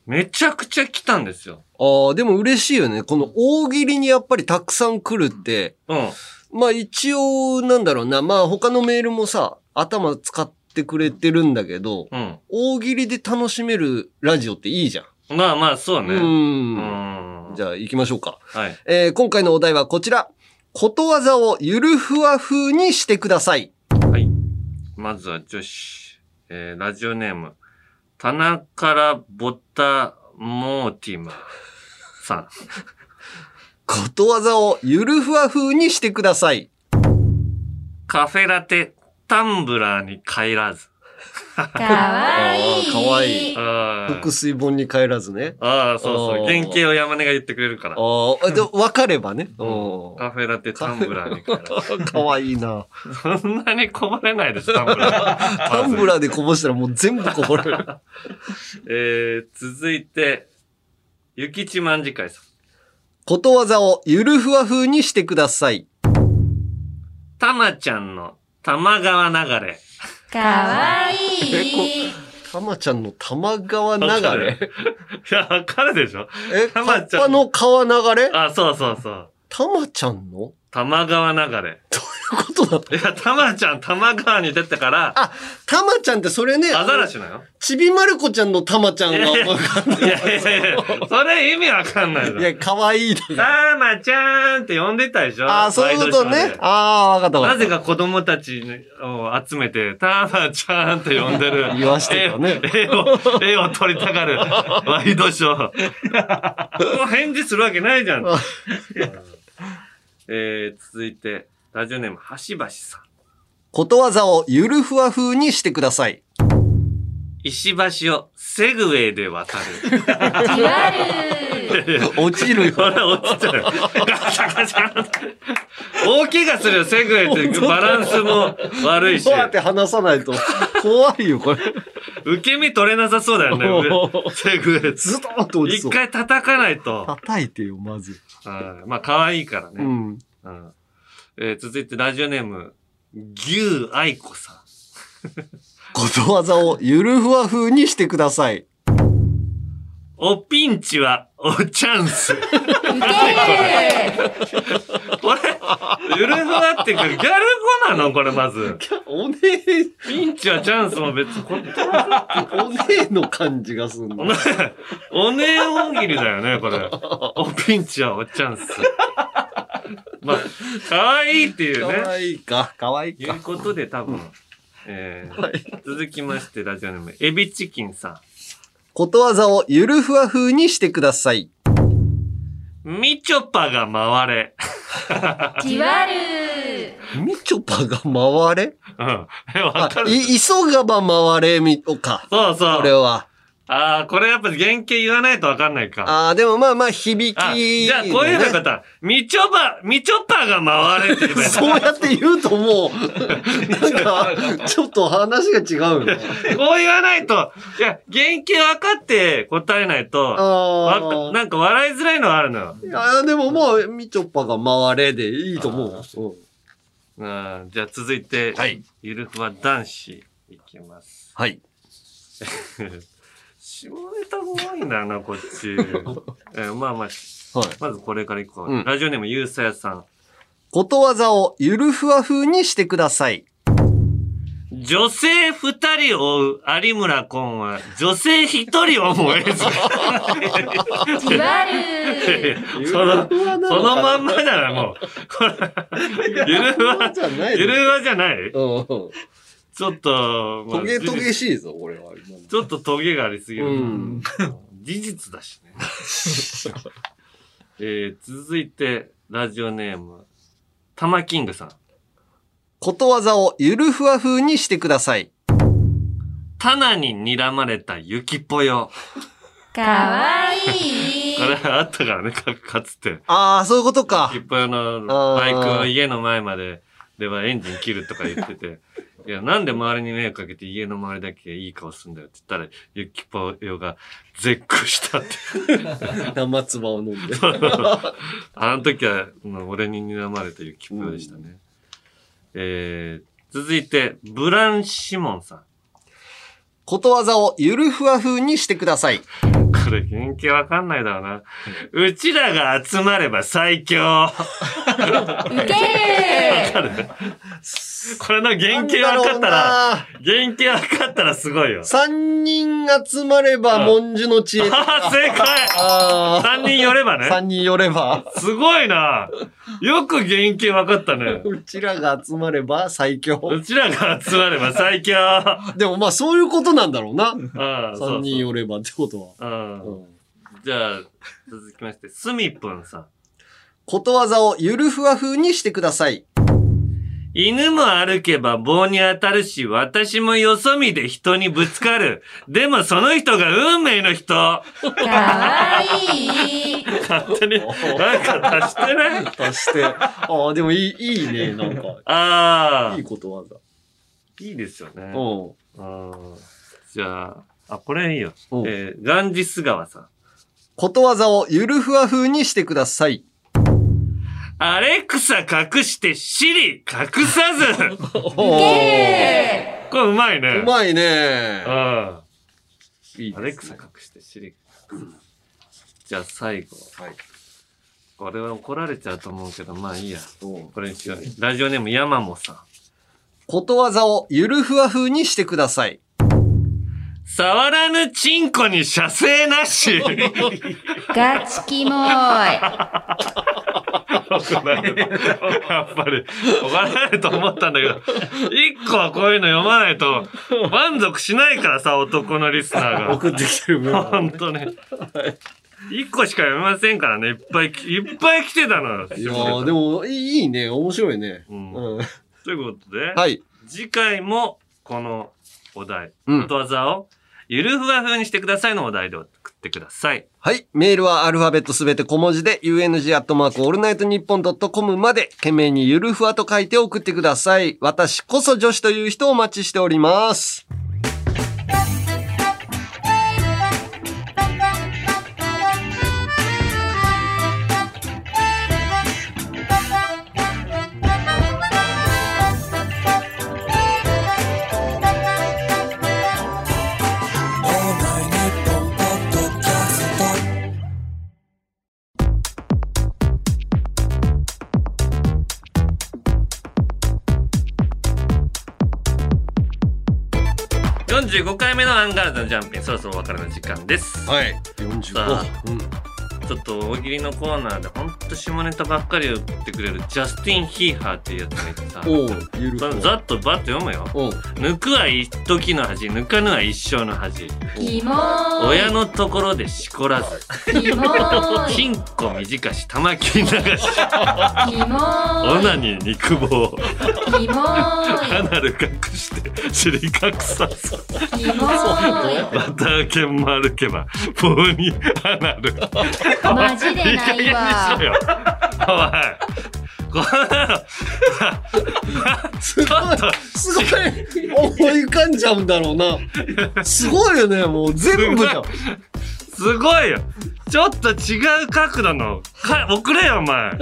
めちゃくちゃ来たんですよ。 ああ、でも嬉しいよね。この大喜利にやっぱりたくさん来るって。 うん。 まあ一応、なんだろうな。まあ他のメールもさ、頭使ってくれてるんだけど、 うん。 大喜利で楽しめるラジオっていいじゃん。 まあまあ、そうね。 じゃあ行きましょうか。 はい。 今回のお題はこちら。ことわざをゆるふわ風にしてください。 はい。まずは女子。ラジオネーム。棚からボタモーティマさん。 ことわざをゆるふわ風にしてください。 カフェラテタンブラーに帰らず。 かわいい。 かわいい。腹水本に帰らずね。 ああ、そうそう。原型を山根が言ってくれるから。 で分かればね。 カフェラテタンブラーに帰らず。 かわいいな。 そんなにこぼれないです、タンブラー。 タンブラーでこぼしたらもう全部こぼれる。続いて、ゆきちまんじかいさん。 ことわざをゆるふわ風にしてください。 たまちゃんの玉川流れ。 かわいい。 たまちゃんの玉川流れいや、わかるでしょカッパの川流れあ、そうそうそう。 たまちゃんの玉川流れ。 どういうことだったいや、たまちゃん玉川に出てから。 あ、たまちゃんってそれね。 アザラシなよ。 ちびまる子ちゃんのたまちゃんがわかんない。 いや、それ意味わかんない。 いや、かわいいだから。たまちゃんって呼んでたでしょあ、そういうことね。ああ、わかったわかった。 なぜか子供たちを集めて、たまちゃんって呼んでる。 言わしてたね。 絵を撮りたがる。ワイドショー。もう返事するわけないじゃん。続いて、ラジオネーム、はしばしさん。 ことわざをゆるふわ風にしてください。 石橋をセグウェイで渡る。 じわる。 落ちるよ。 落ちちゃう。ガシャガシャ。大怪我するよ、セグウェイって。バランスも悪いし。 こうやって離さないと。怖いよ、これ。 受け身取れなさそうだよね、セグウェイ。 ズドーンと落ちそう。 一回叩かないと。 叩いてよ、まず。 まあ、可愛いからね。続いて、ラジオネーム、牛愛子さん。 ことわざをゆるふわ風にしてください。 おピンチはおチャンス。これ、ゆるふわってギャル語なのこれまず。 おねピンチはチャンスも別に。 おねの感じがすんの。 おね大喜利だよね、これ。おピンチはおチャンス。まあ、かわいいっていうね。 かわいいか。かわいいか。 いうことで多分。続きまして、ラジオネーム、エビチキンさん。 ことわざをゆるふわ風にしてください。 みちょぱが回れ。 じわる。 みちょぱが回れうん。わかる。 急がば回れか。 そうそう。 これは。 ああ、これやっぱ原型言わないとわかんないか。 ああ、でもまあまあ響き、 じゃあこういうの方、みちょぱが回れって言えばいい。 そうやって言うともう、なんか、ちょっと話が違うよ。 こう言わないと、いや、原型分かって答えないと、なんか笑いづらいのはあるのよ。 いや、でももう、みちょぱが回れでいいと思う。 じゃあ続いて、はい、ゆるふわ男子いきます。 はい。 下ネタ怖いんだよな、こっち。まあまあ、はい、まずこれからいこう。ラジオネームゆうさやさん。 ことわざをゆるふわ風にしてください。 女性2人を追う有村昆は女性1人をもえず。 じわる。 そのまんまじゃない、もう。ゆるふわじゃない。ゆるふわじゃない。ちょっと、 トゲトゲしいぞ、これは。 ちょっとトゲがありすぎる。事実だしね。続いて、ラジオネーム、タマキングさん。 ことわざをゆるふわ風にしてください。 棚に睨まれたゆきぽよ。 かわいい。 これあったからね、かつて。 ああ、そういうことか。 ゆきぽよのバイクを家の前まではエンジン切るとか言ってて。いや、なんで周りに迷惑かけて家の周りだけいい顔すんだよって言ったら、ゆきぽよが絶句したって。 生唾を飲んで。 あの時は、俺に睨まれたゆきぽよでしたね。続いて、ブランシモンさん。 ことわざをゆるふわ風にしてください。 これ原型わかんないだろうな。うちらが集まれば最強。 ウケー。 わかる？これの原型わかったら、原型わかったらすごいよ。 3人集まれば文殊の知恵。 正解。3人寄ればね。 3人寄れば。 すごいな。よく原型わかったね。 うちらが集まれば最強。 うちらが集まれば最強。 でもまあそういうことなんだろうな。 3 人寄ればってことは。じゃあ、続きまして、すみぷんさん。 ことわざをゆるふわ風にしてください。 犬も歩けば棒に当たるし、私もよそ見で人にぶつかる。でもその人が運命の人。かわいい。 勝手に、なんか足してない足して。ああ、でもいいね、なんか。いいことわざ。 いいですよね。じゃあ、これいいよ。ガンジス川さん。 ことわざをゆるふわ風にしてください。 アレクサ隠してシリ隠さず。これうまいね。 うまいね。 いい。アレクサ隠してシリ。じゃあ最後。これは怒られちゃうと思うけど、まあいいや。これにしよう。ラジオネーム山もさん。 ことわざをゆるふわ風にしてください。 触らぬチンコに射精なし。 ガチキモーい。 やっぱり怒られると思ったんだけど、一個はこういうの読まないと満足しないからさ、男のリスナーが。 送ってきてる分。 本当に。一個しか読めませんからね。いっぱい来てたの。 いやでもいいね。面白いね。 ということで、 はい。 次回もこのお題、ことわざをゆるふわ風にしてくださいのお題で送ってください。 はい。メールはアルファベットすべて小文字で UNG@allnightnippon.com まで懸命にゆるふわと書いて送ってください。私こそ女子という人をお待ちしております。 45回目のアンガールズのジャンピン、そろそろお別れの時間です。 はい。45。 ちょっと大喜利のコーナーでほんと下ネタばっかり言ってくれるジャスティン・ヒーハーっていうやつがいてさ、ざっとバッと読むよ。抜くは一時の恥、抜かぬは一生の恥。 キモーい。 親のところでしこらず。 キモーい。 金庫短し、玉金流し。キモーい。オナニー肉棒。 キモーい。 アナル隠して尻隠さず。 キモーい。 バター犬も歩けば棒にアナル。 マジでないわ。 おい、こんなのすごい思い浮かんじゃうんだろうな。すごいよね、もう全部じゃん。 すごいよ。ちょっと違う角度の送れよお前。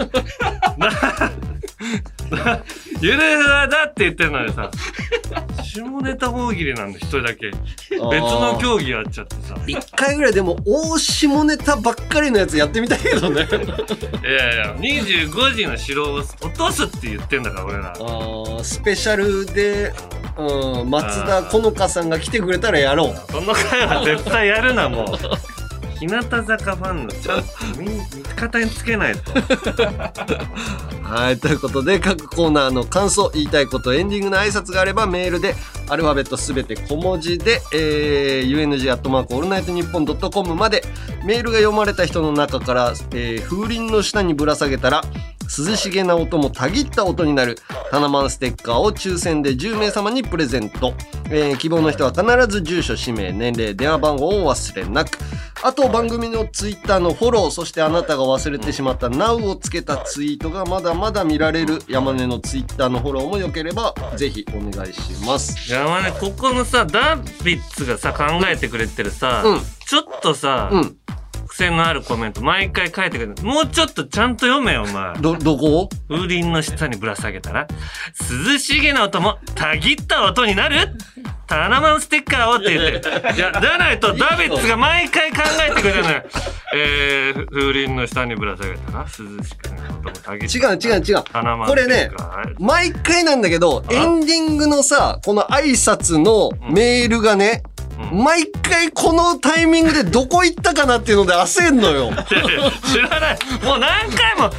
ゆるふわだって言ってんのにさ、下ネタ大喜利なんだ一人だけ。別の競技やっちゃってさ。 一回ぐらいでも大下ネタばっかりのやつやってみたいけどね。 いや25時の城を落とすって言ってんだから俺ら。 スペシャルで、松田好花さんが来てくれたらやろう。 その回は絶対やるなもう。日向坂ファンのちゃんと味方につけないと。 はい、ということで各コーナーの感想、言いたいこと、エンディングの挨拶があればメールでアルファベットすべて小文字で、UNG@allnightnippon.com まで。メールが読まれた人の中から、風鈴の下にぶら下げたら涼しげな音もたぎった音になるタナマンステッカーを抽選で10名様にプレゼント。希望の人は必ず住所、氏名、年齢、電話番号をお忘れなく。あと番組のツイッターのフォロー、そしてあなたが忘れてしまった NOW をつけたツイートがまだまだ見られる山根のツイッターのフォローもよければぜひお願いします。 山根、ここのさダービッツがさ考えてくれてるさ、ちょっとさ、 癖のあるコメント毎回書いてくれる。もうちょっとちゃんと読めよお前。 どこ？ 風鈴の下にぶら下げたら涼しげな音もたぎった音になる。タナマンステッカーをって言って。じゃないとダビッツが毎回考えてくれるのよ。風鈴の下にぶら下げたら涼しげな音もたぎった。 違う。これね、毎回なんだけど、エンディングのさ、この挨拶のメールがね、毎回このタイミングでどこ行ったかなっていうので焦んのよ。 知らない。もう何回も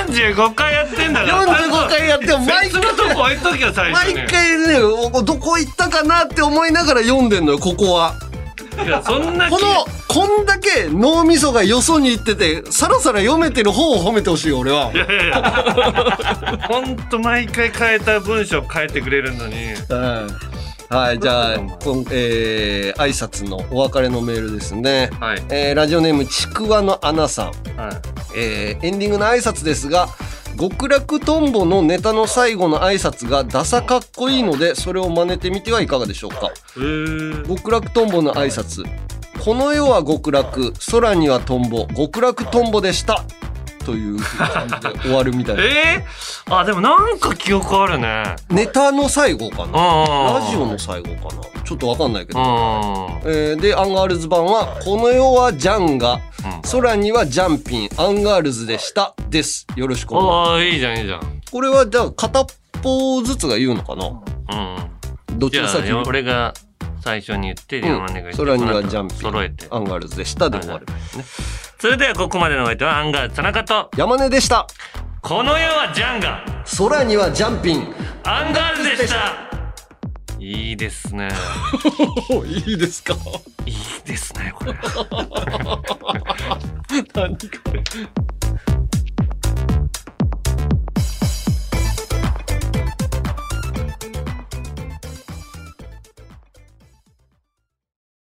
45回やってんだから。 45回やっても毎回別のとこ置いときよ最初に。 毎回ね、どこ行ったかなって思いながら読んでんのよ、ここは。 いや、そんなこんだけ脳みそがよそに行っててさらさら読めてる方を褒めてほしいよ俺は。 いやほんと毎回変えた文章変えてくれるのに。 はい、じゃあ挨拶のお別れのメールですね。 はい。 ラジオネームちくわのアナさん。 はい。 エンディングの挨拶ですが、極楽とんぼのネタの最後の挨拶がダサかっこいいので、それを真似てみてはいかがでしょうか。極楽とんぼの挨拶。この世は極楽、空にはとんぼ、極楽とんぼでしたという感じで終わるみたいな。 でもなんか記憶あるね。 ネタの最後かな、ラジオの最後かな、ちょっとわかんないけど、でアンガールズ版はこの世はジャンガ、空にはジャンピン、アンガールズでしたです。よろしくお願いします。 いいじゃんいいじゃん。 これはじゃあ片っぽずつが言うのかな。どっちが先に。 俺が最初に言って山根が言って、 空にはジャンピン、 揃えてアンガールズでしたで終わるね。 それではここまでのお相手はアンガールズ田中と山根でした。 この世はジャンガ、 空にはジャンピン、 アンガールズでした。いいですね。 いいですか。 いいですねこれ。 何これ。